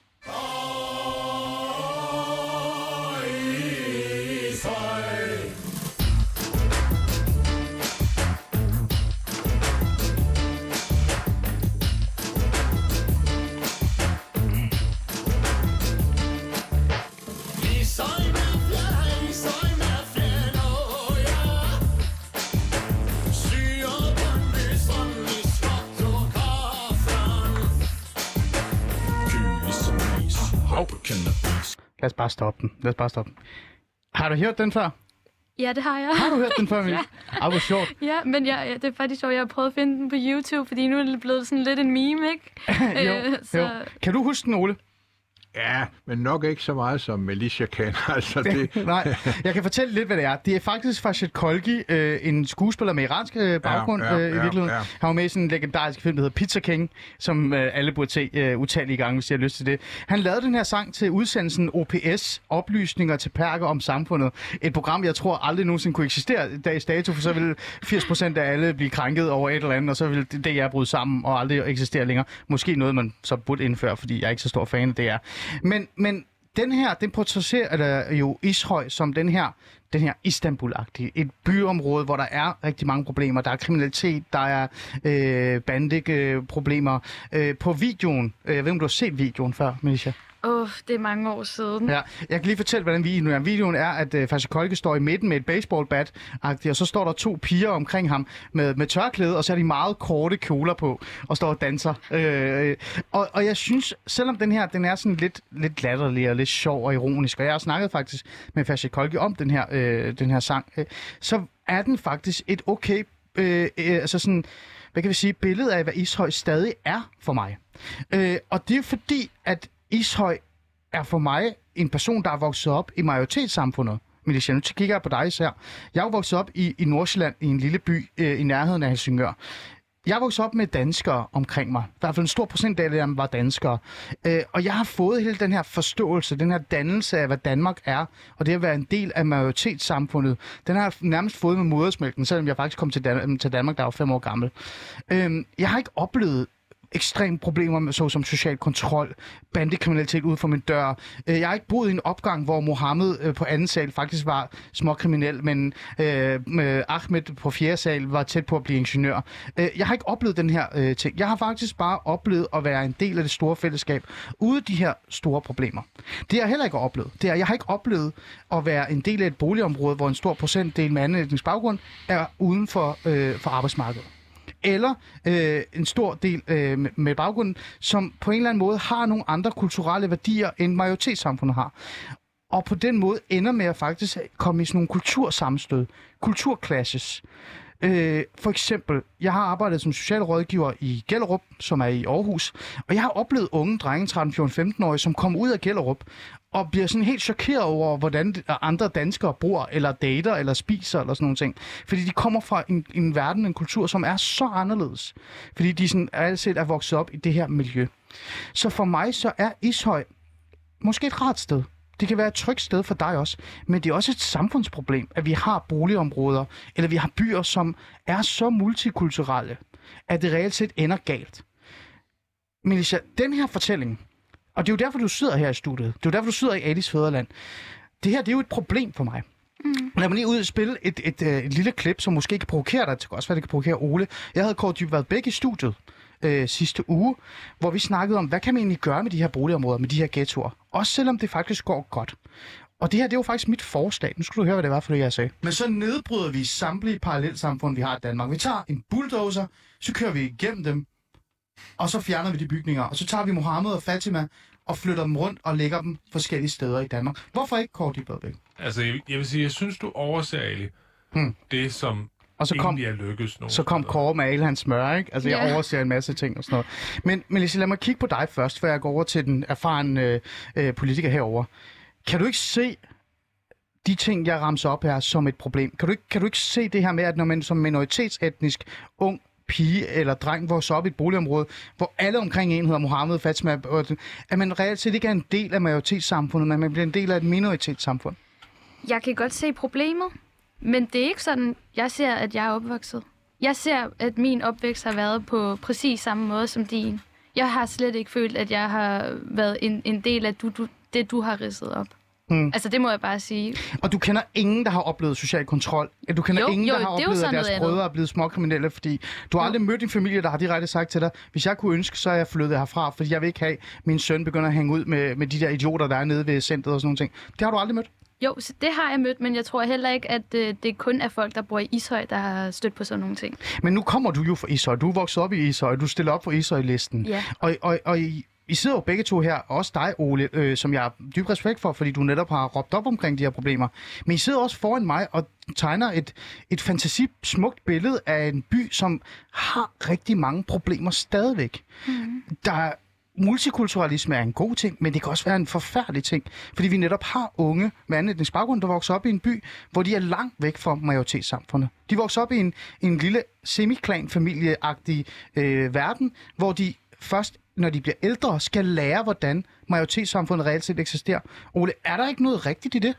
S4: Lad os bare stoppe den. Lad os bare stoppe den. Har du hørt den før?
S5: Ja, det har jeg.
S4: Har du hørt den før, Mille? Ja. Ah, hvor sjovt.
S5: Ja, men jeg, ja, det er faktisk sjovt. Jeg har prøvet at finde den på YouTube, fordi nu er det blevet sådan lidt en meme, ikke?
S4: jo, øh, så... jo. Kan du huske den, Ole?
S6: Ja, men nok ikke så meget som Melissa kan. Altså, det...
S4: Nej, jeg kan fortælle lidt, hvad det er. Det er faktisk Farshid Kholghi, øh, en skuespiller med iransk baggrund
S6: ja, ja,
S4: øh, i virkeligheden.
S6: Ja, ja.
S4: Han var med i sådan en legendarisk film, der hedder Pizza King, som øh, alle burde se øh, utallige gange, hvis de har lyst til det. Han lavede den her sang til udsendelsen O P S, Oplysninger til Perker om Samfundet. Et program, jeg tror aldrig nogensinde kunne eksistere dags dato, for så ville firs procent af alle blive krænket over et eller andet, og så ville det, jeg bryde sammen og aldrig eksistere længere. Måske noget, man så burde indføre, fordi jeg er ikke så stor fan af det er. Men, men den her, den portrætterer jo Ishøj som den her, den her Istanbul-agtige. Et byområde, hvor der er rigtig mange problemer. Der er kriminalitet, der er øh, bandeproblemer. Øh, på videoen, øh, jeg ved om du har set videoen før, Melissa?
S5: Åh, oh, det er mange år siden.
S4: Ja, jeg kan lige fortælle, hvordan videoen er. Videoen er, at uh, Farshid Kholghi står i midten med et baseballbat, og så står der to piger omkring ham med, med tørklæde, og så er de meget korte kjoler på, og står og danser. Øh, og, og jeg synes, selvom den her, den er sådan lidt, lidt latterlig og lidt sjov og ironisk, og jeg har snakket faktisk med Farshid Kholghi om den her, øh, den her sang, øh, så er den faktisk et okay, øh, øh, altså sådan, hvad kan vi sige, billede af, hvad Ishøj stadig er for mig. Øh, og det er fordi, at Ishøj er for mig en person, der er vokset op i majoritetssamfundet. Melissa, nu kigger jeg på dig især. Jeg er vokset op i, i Nordsjælland, i en lille by øh, i nærheden af Helsingør. Jeg er vokset op med danskere omkring mig. I hvert fald en stor procentdel af dem var danskere. Øh, og jeg har fået hele den her forståelse, den her dannelse af, hvad Danmark er, og det at være en del af majoritetssamfundet. Den har jeg nærmest fået med modersmælken, selvom jeg faktisk kom til, Dan- til Danmark, der var fem år gammel. Øh, jeg har ikke oplevet ekstreme problemer med såsom social kontrol, bandekriminalitet ude for min dør. Jeg har ikke boet i en opgang, hvor Mohammed på anden sal faktisk var småkriminel, men øh, Ahmed på fjerde sal var tæt på at blive ingeniør. Jeg har ikke oplevet den her øh, ting. Jeg har faktisk bare oplevet at være en del af det store fællesskab, ude de her store problemer. Det har jeg heller ikke oplevet. Det er, jeg har ikke oplevet at være en del af et boligområde, hvor en stor procentdel med anden etnisk baggrund er uden for, øh, for arbejdsmarkedet. Eller øh, en stor del øh, med baggrunden, som på en eller anden måde har nogle andre kulturelle værdier, end majoritetssamfundet har. Og på den måde ender med at faktisk komme i sådan nogle kultursammenstød, kulturclashes. Øh, for eksempel, jeg har arbejdet som socialrådgiver i Gellerup, som er i Aarhus, og jeg har oplevet unge drenge, tretten, fjorten, femten-årige, som kommer ud af Gellerup og bliver sådan helt chokeret over, hvordan andre danskere bor, eller dater, eller spiser, eller sådan nogle ting. Fordi de kommer fra en, en verden, en kultur, som er så anderledes. Fordi de sådan altid er vokset op i det her miljø. Så for mig, så er Ishøj måske et rart sted. Det kan være et trygt sted for dig også, men det er også et samfundsproblem, at vi har boligområder, eller vi har byer, som er så multikulturelle, at det reelt set ender galt. Melissa, den her fortælling, og det er jo derfor, du sidder her i studiet, det er jo derfor, du sidder i Adis Fædreland, det her, det er jo et problem for mig. Mm. Lad mig lige ud og spille et, et, et, et lille klip, som måske kan provokere dig, til også hvad det kan provokere Ole. Jeg havde Kåre Dybvad Bæk i studiet øh, sidste uge, hvor vi snakkede om, hvad kan man egentlig gøre med de her boligområder, med de her ghettoer, også selvom det faktisk går godt. Og det her, det er jo faktisk mit forslag. Nu skal du høre, hvad det var for det, jeg sagde. Men så nedbryder vi samtlige parallelsamfund, vi har i Danmark. Vi tager en bulldozer, så kører vi igennem dem, og så fjerner vi de bygninger. Og så tager vi Mohammed og Fatima og flytter dem rundt og lægger dem forskellige steder i Danmark. Hvorfor ikke, Kåre Dybvad Bæk?
S8: Altså, jeg, jeg vil sige, jeg synes, du overser, Ali, hmm. det, som og så kom, egentlig er lykkes nogen.
S4: Så kom Kåre med alle hans smør, ikke? Altså, yeah. Jeg overser en masse ting og sådan noget. Men, men lad mig kigge på dig først, før jeg går over til den erfarne øh, politiker herover. Kan du ikke se de ting, jeg ramser op her, som et problem? Kan du ikke, kan du ikke se det her med, at når man som minoritetsetnisk ung pige eller dreng vokser op i et boligområde, hvor alle omkring en hedder Mohammed, Fatima, at man reelt set ikke er en del af majoritetssamfundet, men man bliver en del af et minoritetssamfund?
S5: Jeg kan godt se problemet, men det er ikke sådan, jeg ser, at jeg er opvokset. Jeg ser, at min opvækst har været på præcis samme måde som din. Jeg har slet ikke følt, at jeg har været en, en del af du, du, det, du har ridset op. Hmm. Altså, det må jeg bare sige.
S4: Og du kender ingen, der har oplevet social kontrol? Du kender
S5: jo,
S4: ingen,
S5: jo,
S4: der har oplevet, at deres brødre er blevet småkriminelle? Fordi du har jo. aldrig mødt en familie, der har direkte sagt til dig, hvis jeg kunne ønske, så er jeg flyttet herfra, fordi jeg vil ikke have, at min søn begynder at hænge ud med, med de der idioter, der er nede ved centret og sådan nogle ting. Det har du aldrig mødt?
S5: Jo, det har jeg mødt, men jeg tror heller ikke, at øh, det kun er folk, der bor i Ishøj, der har stødt på sådan nogle ting.
S4: Men nu kommer du jo fra Ishøj. Du er vokset op i Ishøj. Du stiller op for Ishøj-listen.
S5: Ja.
S4: Og, og, og I, I sidder jo begge to her, også dig, Ole, øh, som jeg har dyb respekt for, fordi du netop har råbt op omkring de her problemer. Men I sidder også foran mig og tegner et, et fantasismukt billede af en by, som har rigtig mange problemer stadigvæk. Mm. Der multikulturalisme er en god ting, men det kan også være en forfærdelig ting, fordi vi netop har unge med anden etnisk baggrund, der vokser op i en by, hvor de er langt væk fra majoritetssamfundet. De vokser op i en, en lille semiklan-familieagtig øh, verden, hvor de først, når de bliver ældre, skal lære, hvordan majoritetssamfundet reelt set eksisterer. Ole, er der ikke noget rigtigt i det?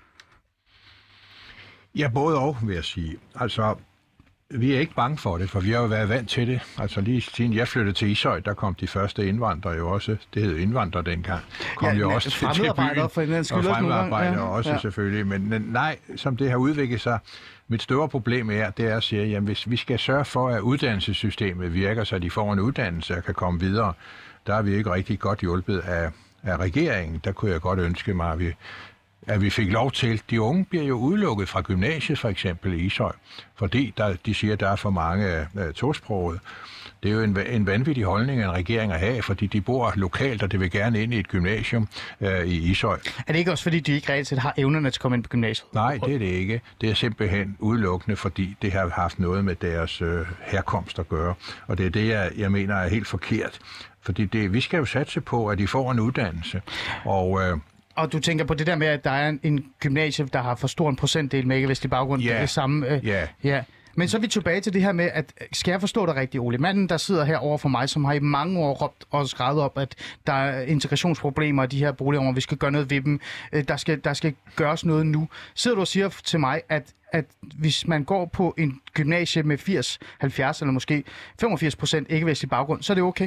S6: Ja, både og, vil jeg sige. Altså, vi er ikke bange for det, for vi har jo været vant til det. Altså lige siden jeg flyttede til Ishøj, der kom de første indvandrere jo også, det hed indvandrere dengang, kom ja, jo også til, til byen,
S4: for den
S6: og fremmedarbejdere ja, også
S4: ja.
S6: selvfølgelig. Men nej, som det har udviklet sig, mit store problem er, det er at sige, at hvis vi skal sørge for, at uddannelsessystemet virker, så de får en uddannelse og kan komme videre, der er vi ikke rigtig godt hjulpet af, af regeringen. Der kunne jeg godt ønske mig, at vi at vi fik lov til. De unge bliver jo udelukket fra gymnasiet, for eksempel i Ishøj, fordi der, de siger, at der er for mange uh, tosprogede. Det er jo en, en vanvittig holdning, en regering at have, fordi de bor lokalt, og det vil gerne ind i et gymnasium uh, i Ishøj.
S4: Er det ikke også, fordi de ikke reelt set har evnerne til at komme ind på gymnasiet?
S6: Nej, det er det ikke. Det er simpelthen udelukkende, fordi det har haft noget med deres uh, herkomst at gøre. Og det er det, jeg, jeg mener er helt forkert. Fordi det, vi skal jo satse på, at de får en uddannelse. Og Uh,
S4: Og du tænker på det der med, at der er en, en gymnasie, der har for stor en procentdel med ikke-vestlig baggrund.
S6: Yeah.
S4: Det samme. Øh,
S6: yeah.
S4: Ja. Men så er vi tilbage til det her med, at skal jeg forstå dig rigtigt, Ole? Manden, der sidder her over for mig, som har i mange år råbt og skrevet op, at der er integrationsproblemer i de her boligområder, vi skal gøre noget ved dem, der skal, der skal gøres noget nu. Sidder du og siger til mig, at, at hvis man går på en gymnasie med firs, halvfjerds eller måske femogfirs procent ikke-vestlig baggrund, så er det okay?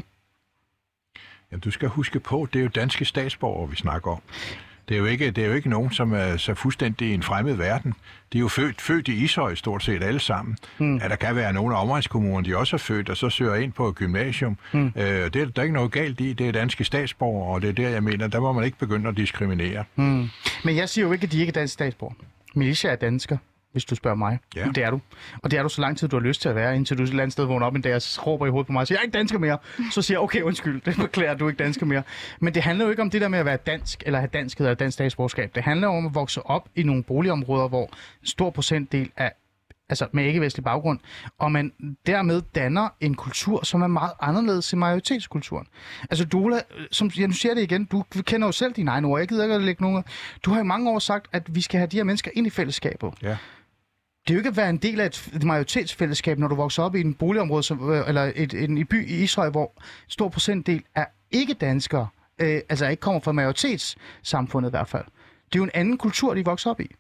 S6: Jamen, du skal huske på, det er jo danske statsborgere, vi snakker om. Det er jo ikke, det er jo ikke nogen, som er så fuldstændig i en fremmed verden. De er jo født, født i Ishøj stort set alle sammen. Hmm. Ja, der kan være nogle af omegnskommunerne, de også er født, og så søger ind på et gymnasium. Hmm. Øh, det er der er ikke noget galt i. Det er danske statsborgere, og det er der, jeg mener, der må man ikke begynde at diskriminere.
S4: Hmm. Men jeg siger jo ikke, at de ikke er danske statsborgere. Militia er dansker, hvis du spørger mig. Ja. Det er du. Og det er du så lang tid, du har lyst til at være, indtil du et eller andet sted vågner op en dag og råber i hovedet på mig og siger, jeg er ikke dansker mere. Så siger jeg, okay, undskyld, det beklager, du er ikke dansker mere. Men det handler jo ikke om det der med at være dansk, eller have danskhed eller dansk statsborgerskab. Det handler om at vokse op i nogle boligområder, hvor en stor procentdel er altså med ikke-vestlig baggrund, og man dermed danner en kultur, som er meget anderledes end majoritetskulturen. Altså Dola, som jeg nu siger det igen, du kender jo selv dine egne ord, jeg gider ikke at lægge nogen. Du har i mange år sagt, at vi skal have de her mennesker ind i fællesskabet.
S6: Ja.
S4: Det er jo ikke at være en del af et majoritetsfællesskab, når du vokser op i en boligområde, som, eller et, en, en by i Ishøj, hvor en stor procentdel er ikke-danskere, øh, altså ikke kommer fra majoritetssamfundet i hvert fald. Det er jo en anden kultur, de vokser op i.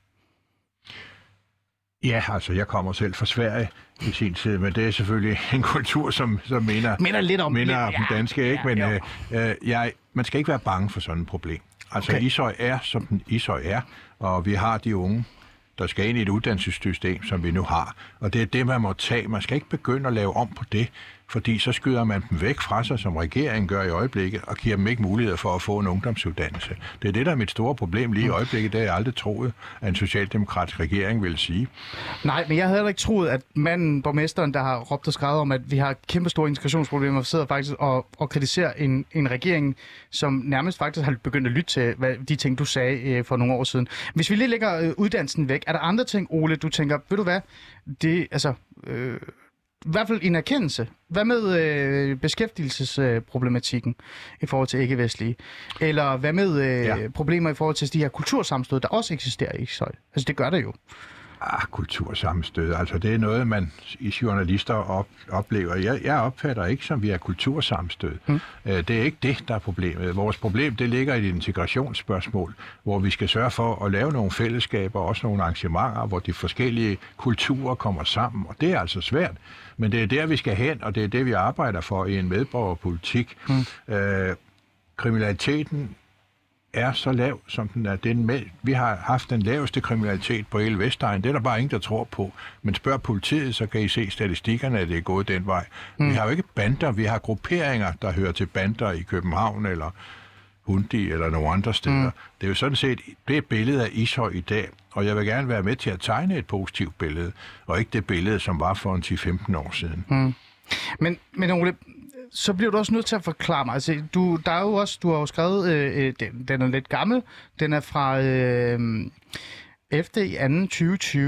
S6: Ja, altså jeg kommer selv fra Sverige i sin tid, men det er selvfølgelig en kultur, som, som minder,
S4: minder lidt om,
S6: minder om
S4: ja,
S6: den danske, ikke? Men
S4: ja,
S6: øh, øh, jeg, man skal ikke være bange for sådan et problem. Altså okay. Ishøj er, som den Ishøj er, og vi har de unge, der skal ind i et uddannelsessystem, som vi nu har. Og det er det, man må tage. Man skal ikke begynde at lave om på det, fordi så skyder man dem væk fra sig, som regeringen gør i øjeblikket, og giver dem ikke muligheder for at få en ungdomsuddannelse. Det er det, der er mit store problem lige i øjeblikket. Det har jeg aldrig troet, at en socialdemokratisk regering ville sige.
S4: Nej, men jeg havde heller ikke troet, at manden, borgmesteren, der har råbt og skrevet om, at vi har kæmpe store integrationsproblemer, sidder faktisk og, og kritiserer en, en regering, som nærmest faktisk har begyndt at lytte til hvad, de ting, du sagde øh, for nogle år siden. Hvis vi lige lægger øh, uddannelsen væk, er der andre ting, Ole, du tænker, ved du hvad, det, altså... Øh, i hvert fald en erkendelse. Hvad med øh, beskæftigelsesproblematikken øh, i forhold til ikke-vestlige? Eller hvad med øh, ja. problemer i forhold til de her kultursammenstød, der også eksisterer i Ishøj? Altså det gør det jo.
S6: Ah, kultursammenstød. Altså det er noget, man i journalister op, oplever. Jeg, jeg opfatter ikke, som vi er kultursammenstød. Hmm. Det er ikke det, der er problemet. Vores problem, det ligger i et integrationsspørgsmål, hvor vi skal sørge for at lave nogle fællesskaber, også nogle arrangementer, hvor de forskellige kulturer kommer sammen. Og det er altså svært. Men det er der, vi skal hen, og det er det, vi arbejder for i en medborgerpolitik. Hmm. Øh, kriminaliteten er så lav, som den er. Den med. Vi har haft den laveste kriminalitet på hele Vestegnen. Det er der bare ingen, der tror på. Men spørg politiet, så kan I se statistikkerne, at det er gået den vej. Mm. Vi har jo ikke bander, vi har grupperinger, der hører til bander i København eller Hundi eller nogle andre steder. Mm. Det er jo sådan set det er billedet af Ishøj i dag, og jeg vil gerne være med til at tegne et positivt billede, og ikke det billede, som var for en ti til femten år siden. Mm.
S4: Men, men Ole, så bliver du også nødt til at forklare mig. Altså, du, der er jo også, du har jo skrevet, øh, den, den er lidt gammel, den er fra øh, efter i anden tyve tyve,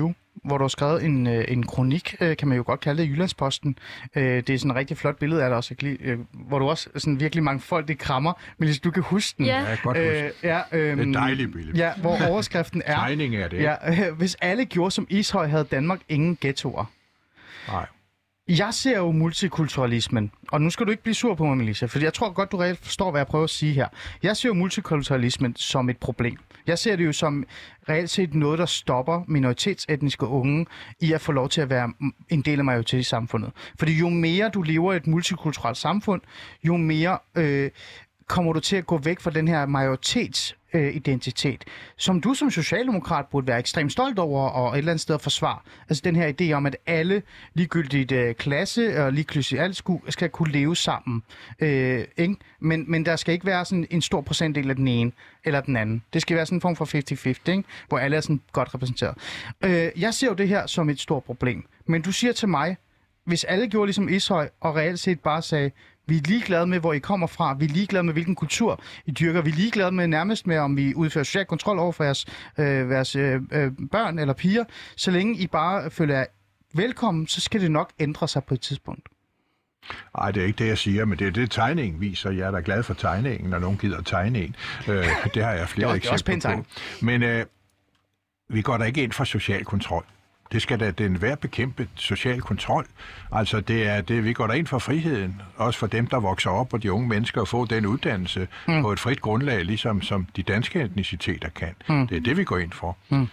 S4: hvor du har skrevet en, en kronik, kan man jo godt kalde det, i Jyllandsposten. Det er sådan et rigtig flot billede af det også, hvor du også sådan virkelig mangfoldigt krammer. Men hvis du kan huske den.
S5: Ja,
S6: ja godt huske. Øh, ja, øhm, det er et dejligt billede.
S4: Ja, hvor overskriften er...
S6: Tegning er det.
S4: Ja, hvis alle gjorde som Ishøj, havde Danmark ingen ghettoer.
S6: Nej.
S4: Jeg ser jo multikulturalismen, og nu skal du ikke blive sur på mig, Melissa, for jeg tror godt, du reelt forstår, hvad jeg prøver at sige her. Jeg ser jo multikulturalismen som et problem. Jeg ser det jo som reelt set noget, der stopper minoritetsetniske unge i at få lov til at være en del af majoritetssamfundet. Fordi jo mere du lever i et multikulturelt samfund, jo mere øh, kommer du til at gå væk fra den her majoritetsidentitet, øh, som du som socialdemokrat burde være ekstremt stolt over og et eller andet sted at forsvare. Altså den her idé om, at alle ligegyldigt øh, klasse og ligegyldigt alt skal kunne leve sammen. Øh, ikke? Men, men der skal ikke være sådan en stor procentdel af den ene eller den anden. Det skal være sådan en form for halvtreds halvtreds, ikke? Hvor alle er sådan godt repræsenteret. Øh, jeg ser jo det her som et stort problem. Men du siger til mig, hvis alle gjorde ligesom Ishøj og reelt set bare sagde, vi er ligeglade med, hvor I kommer fra. Vi er ligeglade med, hvilken kultur I dyrker. Vi er ligeglade med nærmest med, om vi udfører social kontrol over for jeres, øh, jeres øh, børn eller piger. Så længe I bare føler jer velkommen, så skal det nok ændre sig på et tidspunkt.
S6: Nej, det er ikke det, jeg siger, men det er det, tegningen viser. Jeg er da glad for tegningen, når nogen gider tegne en. Øh, det har jeg flere eksempler på. Men øh, vi går da ikke ind for social kontrol. Det skal da den være bekæmpet social kontrol. Altså det er det, vi går der ind for friheden, også for dem, der vokser op, og de unge mennesker, at få den uddannelse mm. på et frit grundlag, ligesom som de danske etniciteter kan. Mm. Det er det, vi går ind for. Mm.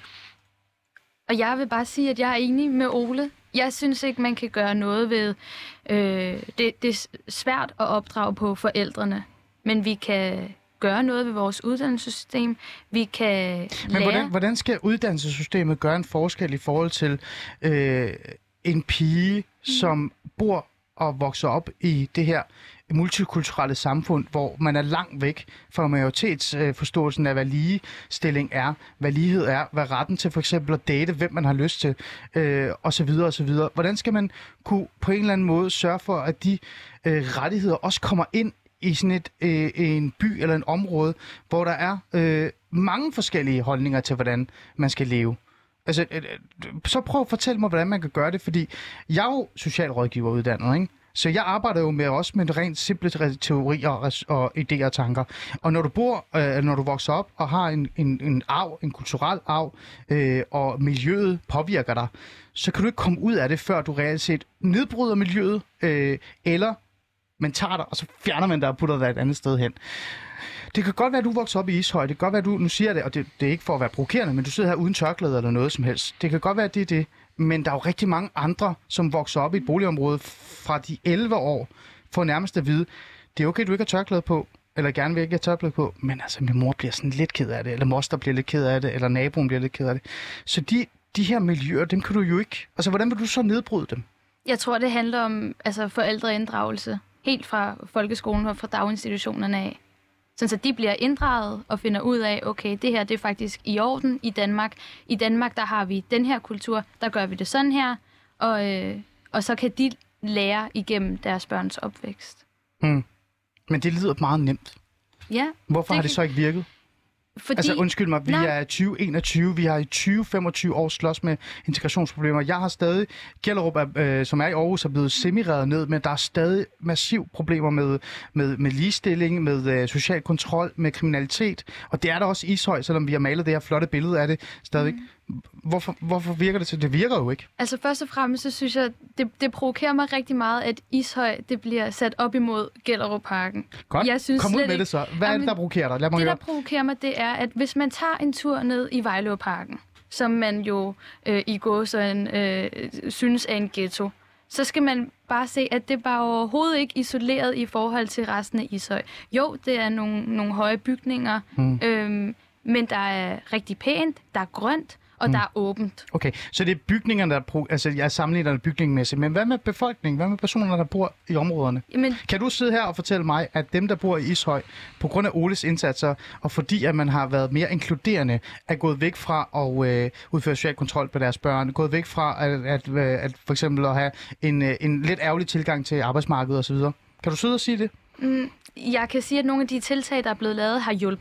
S5: Og jeg vil bare sige, at jeg er enig med Ole. Jeg synes ikke, man kan gøre noget ved... Øh, det, det er svært at opdrage på forældrene, men vi kan... gøre noget ved vores uddannelsessystem. Vi kan
S4: Men
S5: lære...
S4: hvordan, hvordan skal uddannelsessystemet gøre en forskel i forhold til øh, en pige, mm. som bor og vokser op i det her multikulturelle samfund, hvor man er langt væk fra majoritetsforståelsen af, hvad ligestilling er, hvad lighed er, hvad retten til for eksempel at date, hvem man har lyst til, øh, osv. osv. Hvordan skal man kunne på en eller anden måde sørge for, at de øh, rettigheder også kommer ind i sådan et, øh, en by eller en område, hvor der er øh, mange forskellige holdninger til, hvordan man skal leve. Altså, øh, så prøv at fortælle mig, hvordan man kan gøre det, fordi jeg er jo socialrådgiver uddannet, ikke? Så jeg arbejder jo med også med rent simple teorier og, og idéer og tanker. Og når du bor, øh, når du vokser op og har en, en, en arv, en kulturel arv, øh, og miljøet påvirker dig, så kan du ikke komme ud af det, før du reelt set nedbryder miljøet, øh, eller man tager dig, og så fjerner man dig og putter dig et andet sted hen. Det kan godt være, at du vokser op i Ishøj. Det kan godt være, at du, nu siger jeg det, og det, det er ikke for at være provokerende, men du sidder her uden tørklæde eller noget som helst. Det kan godt være, at det er det. Men der er jo rigtig mange andre, som vokser op i et boligområde fra de elleve år, for nærmest at vide, det er okay, du ikke har tørklæde på, eller gerne vil ikke have tørklæde på, men altså, min mor bliver sådan lidt ked af det, eller moster bliver lidt ked af det, eller naboen bliver lidt ked af det. Så de, de her miljøer, dem kan du jo ikke... Altså, hvordan vil du så nedbryde dem?
S5: Jeg tror, det handler om altså, forældreinddragelse. Helt fra folkeskolen og fra daginstitutionerne af. Sådan så de bliver inddraget og finder ud af, okay, det her det er faktisk i orden i Danmark. I Danmark, der har vi den her kultur, der gør vi det sådan her. Og, øh, og så kan de lære igennem deres børns opvækst.
S4: Hmm. Men det lyder meget nemt.
S5: Ja.
S4: Hvorfor det har det så ikke virket?
S5: Fordi...
S4: Altså undskyld mig, vi
S5: Nej.
S4: er tyve enogtyve, vi har i tyve femogtyve år slås med integrationsproblemer. Jeg har stadig, Gellerup, øh, som er i Aarhus, er blevet semi-revet ned, men der er stadig massiv problemer med, med, med ligestilling, med øh, social kontrol, med kriminalitet. Og det er der også i Ishøj, selvom vi har malet det her flotte billede af det stadig. Mm. Hvorfor, hvorfor virker det til? Det virker jo ikke.
S5: Altså først og fremmest, så synes jeg, det, det provokerer mig rigtig meget, at Ishøj det bliver sat op imod Gellerupparken.
S4: Godt,
S5: jeg synes
S4: kom ud med
S5: ikke...
S4: det så. Hvad Jamen, er det, der provokerer dig? Lad mig
S5: det,
S4: høre.
S5: der provokerer mig, det er, at hvis man tager en tur ned i Vejløparken, som man jo øh, i gåsøjne øh, synes er en ghetto, så skal man bare se, at det bare overhovedet ikke isoleret i forhold til resten af Ishøj. Jo, det er nogle, nogle høje bygninger, hmm. øhm, men der er rigtig pænt, der er grønt, og mm. der er åbent. Okay, så det er bygningerne, der er... Altså, jeg sammenligner det bygningmæssigt, men hvad med befolkningen? Hvad med personer, der bor i områderne? Jamen, kan du sidde her og fortælle mig, at dem, der bor i Ishøj, på grund af Oles indsatser, og fordi at man har været mere inkluderende, er gået væk fra at øh, udføre social kontrol på deres børn, gået væk fra at, at, at, at for eksempel at have en, en lidt ærgerlig tilgang til arbejdsmarkedet osv.? Kan du sidde og sige det? Mm, jeg kan sige, at nogle af de tiltag, der er blevet lavet, har hjulpet.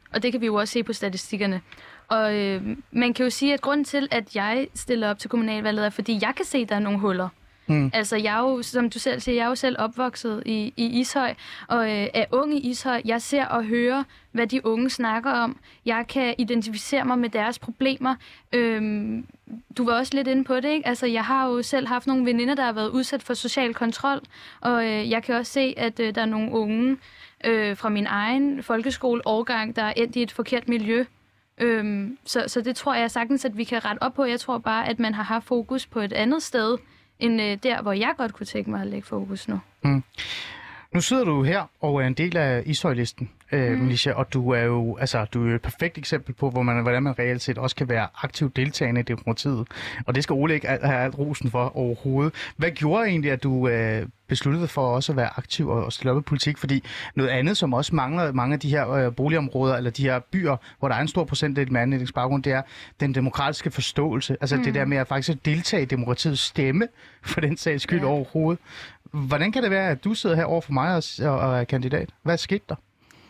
S5: Og det kan vi jo også se på statistikkerne. Og øh, man kan jo sige, at grunden til, at jeg stiller op til kommunalvalget, er, fordi jeg kan se, at der er nogle huller. Mm. Altså, jeg er jo, som du selv siger, jeg er jo selv opvokset i, i Ishøj, og øh, er ung i Ishøj. Jeg ser og hører, hvad de unge snakker om. Jeg kan identificere mig med deres problemer. Øhm, du var også lidt inde på det, ikke? Altså, jeg har jo selv haft nogle veninder, der har været udsat for social kontrol, og øh, jeg kan også se, at øh, der er nogle unge øh, fra min egen folkeskoleårgang, der er endt i et forkert miljø. Øhm, så, så det tror jeg sagtens, at vi kan rette op på. Jeg tror bare, at man har haft fokus på et andet sted, end øh, der, hvor jeg godt kunne tænke mig at lægge fokus nu. Mm.
S4: Nu sidder du her og er en del af Ishøj-listen, øh, mm. Melissa, og du er jo altså, du er et perfekt eksempel på, hvor man, hvordan man reelt set også kan være aktivt deltagende i demokratiet. Og det skal Ole ikke have alt rosen for overhovedet. Hvad gjorde egentlig, at du øh, besluttede for også at være aktiv og, og stille op i politik? Fordi noget andet, som også mangler mange af de her øh, boligområder, eller de her byer, hvor der er en stor procentdel med anden baggrund, det er den demokratiske forståelse. Altså mm. det der med at faktisk deltage i demokratiets stemme, for den sags skyld ja. overhovedet. Hvordan kan det være, at du sidder her over for mig og, og er kandidat? Hvad skete der?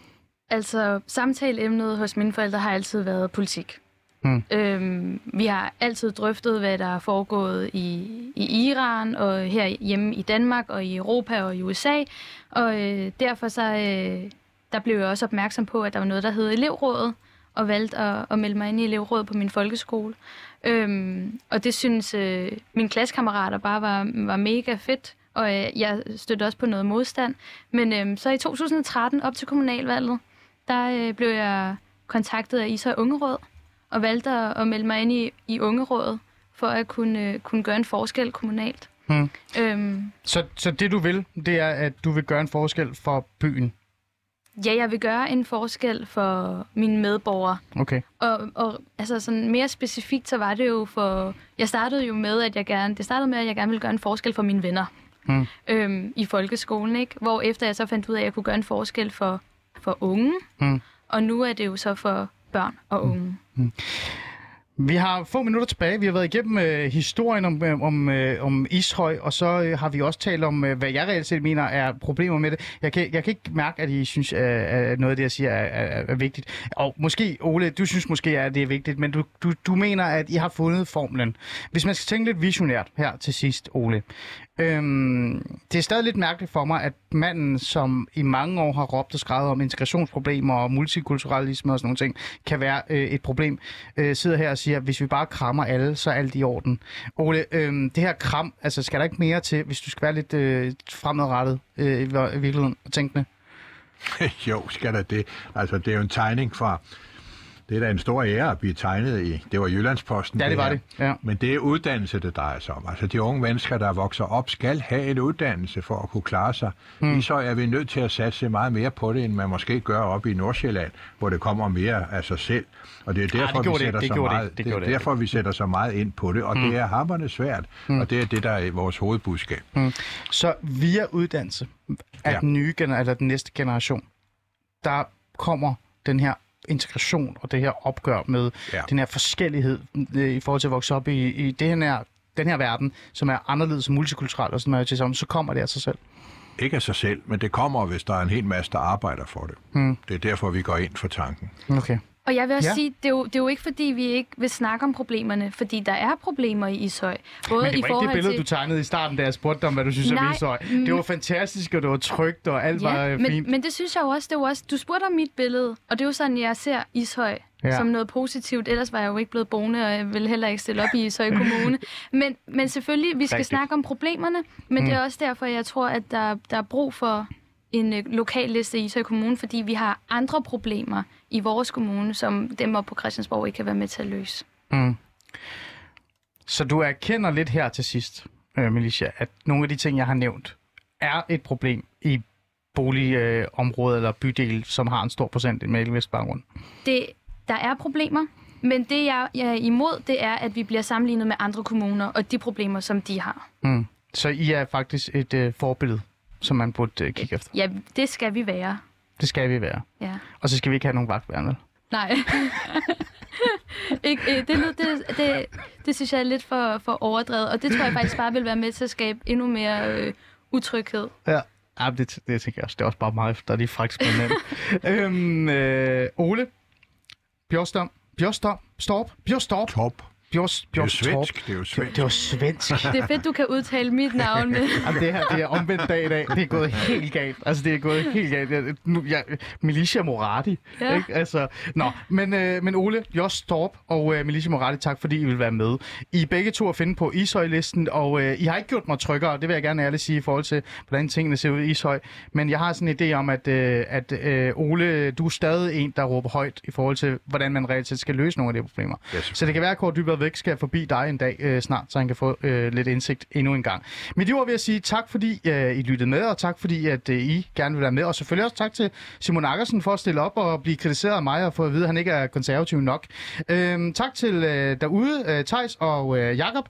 S5: Altså, samtaleemnet hos mine forældre har altid været politik. Hmm. Øhm, vi har altid drøftet, hvad der er foregået i, i Iran, og her hjemme i Danmark, og i Europa og i U S A. Og øh, derfor så, øh, der blev jeg også opmærksom på, at der var noget, der hed elevrådet, og valgte at, at melde mig ind i elevrådet på min folkeskole. Øhm, og det synes øh, mine klassekammerater bare var, var mega fedt. Og øh, jeg stødte også på noget modstand. Men øh, så i to tusind og tretten, op til kommunalvalget, der øh, blev jeg kontaktet af Ishøj Ungeråd, og valgte at, at melde mig ind i, i Ungerådet, for at kunne, øh, kunne gøre en forskel kommunalt. Hmm. Øhm,
S4: så, så det du vil, det er, at du vil gøre en forskel for byen?
S5: Ja, jeg vil gøre en forskel for mine medborgere.
S4: Okay.
S5: Og, og altså sådan mere specifikt, så var det jo for... Jeg startede jo med, at jeg gerne... Det startede med, at jeg gerne ville gøre en forskel for mine venner. Hmm. Øhm, i folkeskolen, ikke? Hvor efter jeg så fandt ud af, at jeg kunne gøre en forskel for, for unge, hmm. og nu er det jo så for børn og unge. Hmm.
S4: Vi har få minutter tilbage. Vi har været igennem øh, historien om, øh, om, øh, om Ishøj, og så øh, har vi også talt om, øh, hvad jeg reelt set mener er problemer med det. Jeg kan, jeg kan ikke mærke, at I synes, at, at noget af det, jeg siger, er, er, er vigtigt. Og måske, Ole, du synes måske, at det er vigtigt, men du, du, du mener, at I har fundet formlen. Hvis man skal tænke lidt visionært her til sidst, Ole. Øhm, det er stadig lidt mærkeligt for mig, at manden, som i mange år har råbt og skrevet om integrationsproblemer og multikulturalisme og sådan nogle ting, kan være øh, et problem, øh, sidder her og siger, at hvis vi bare krammer alle, så er alt i orden. Ole, øh, det her kram, altså skal der ikke mere til, hvis du skal være lidt øh, fremadrettet øh, i virkeligheden og tænkende?
S6: Jo, skal der det. Altså, det er jo en tegning fra... Det er da en stor ære at blive tegnet i. Det var Jyllandsposten.
S4: Ja, det, det var
S6: det.
S4: Ja.
S6: Men det er uddannelse, det drejer sig om. Altså, de unge mennesker, der vokser op, skal have en uddannelse for at kunne klare sig. Mm. Så er vi nødt til at satse meget mere på det, end man måske gør op i Nordsjælland, hvor det kommer mere af sig selv. Og det er derfor, ja, det vi sætter, det. Det så, meget, det. Det det derfor vi sætter så meget ind på det. Og mm. det er hamrende svært. Mm. Og det er det, der er vores hovedbudskab. Mm.
S4: Så via uddannelse af ja. den nye eller den næste generation, der kommer den her integration og det her opgør med ja. den her forskellighed øh, i forhold til at vokse op i, i det her, den her verden, som er anderledes og multikulturel og sådan noget til sammen, så kommer det af sig selv.
S6: Ikke af sig selv, men det kommer, hvis der er en hel masse, der arbejder for det. Hmm. Det er derfor, vi går ind for tanken.
S4: Okay.
S5: Og jeg vil også ja. sige, det er, jo, det er jo ikke fordi, vi ikke vil snakke om problemerne, fordi der er problemer i Ishøj.
S4: Både men det var i ikke det billede, til... du tegnede i starten, da jeg spurgte dig om, hvad du synes Nej, om Ishøj. Mm... Det var fantastisk, og det var trygt, og alt ja, var
S5: men,
S4: fint.
S5: Men det synes jeg jo også, det var også... Du spurgte om mit billede, og det er jo sådan, jeg ser Ishøj ja. som noget positivt. Ellers var jeg jo ikke blevet boende, og jeg ville heller ikke stille op i Ishøj Kommune. Men, men selvfølgelig, vi skal Rigtig. snakke om problemerne, men mm. det er også derfor, jeg tror, at der, der er brug for en øh, lokal liste i Ishøj Kommune, fordi vi har andre problemer i vores kommune, som dem oppe på Christiansborg ikke kan være med til at løse. Mm.
S4: Så du erkender lidt her til sidst, øh, Melissa, at nogle af de ting, jeg har nævnt, er et problem i boligområdet øh, eller bydel, som har en stor procent med ikkevestlig baggrund?
S5: Det, der er problemer, men det, jeg, jeg er imod, det er, at vi bliver sammenlignet med andre kommuner og de problemer, som de har.
S4: Mm. Så I er faktisk et øh, forbillede, som man burde øh, kigge efter?
S5: Ja, det skal vi være.
S4: Det skal vi være.
S5: Ja.
S4: Og så skal vi ikke have nogen vagtværn, vel?
S5: Nej. ikke, det, det, det, det synes jeg er lidt for, for overdrevet, og det tror jeg faktisk bare vil være med til at skabe endnu mere øh, utryghed. Ja,
S4: ja det, det tænker jeg også. Det er også bare meget, der er lige faktisk på øhm, øh, Ole, Bjørstom. Bjørstom. Storp. Bjørstorp.
S6: Top.
S4: Bjørs,
S6: Bjørs, det er jo svensk. Det er jo svensk.
S4: Det var svensk.
S5: Det er fedt, du kan udtale mit navn med.
S4: Jamen, det her det er omvendt dag i dag. Det er gået helt galt. Altså, det er gået helt galt. Jeg, nu, jeg, Milicia Morati.
S5: Ja.
S4: Ikke? Altså, nå. Men, øh, men Ole, Jos Storp og øh, Milicia Morati, tak fordi I vil være med. I er begge to at finde på Ishøj-listen, og øh, I har ikke gjort mig tryggere. Det vil jeg gerne ærligt sige i forhold til, hvordan tingene ser ud i Ishøj. Men jeg har sådan en idé om, at, øh, at øh, Ole, du er stadig en, der råber højt i forhold til, hvordan man reelt set skal løse nogle af de problemer. Yes. Så det kan være, at Kåre Dybvad Væk skal forbi dig en dag øh, snart, så han kan få øh, lidt indsigt endnu en gang. Med de ord vil jeg sige tak, fordi øh, I lyttede med, og tak fordi, at øh, I gerne vil være med. Og selvfølgelig også tak til Simon Akkersen for at stille op og blive kritiseret af mig og få at vide, at han ikke er konservativ nok. Øh, tak til øh, derude, øh, Theis og øh, Jakob,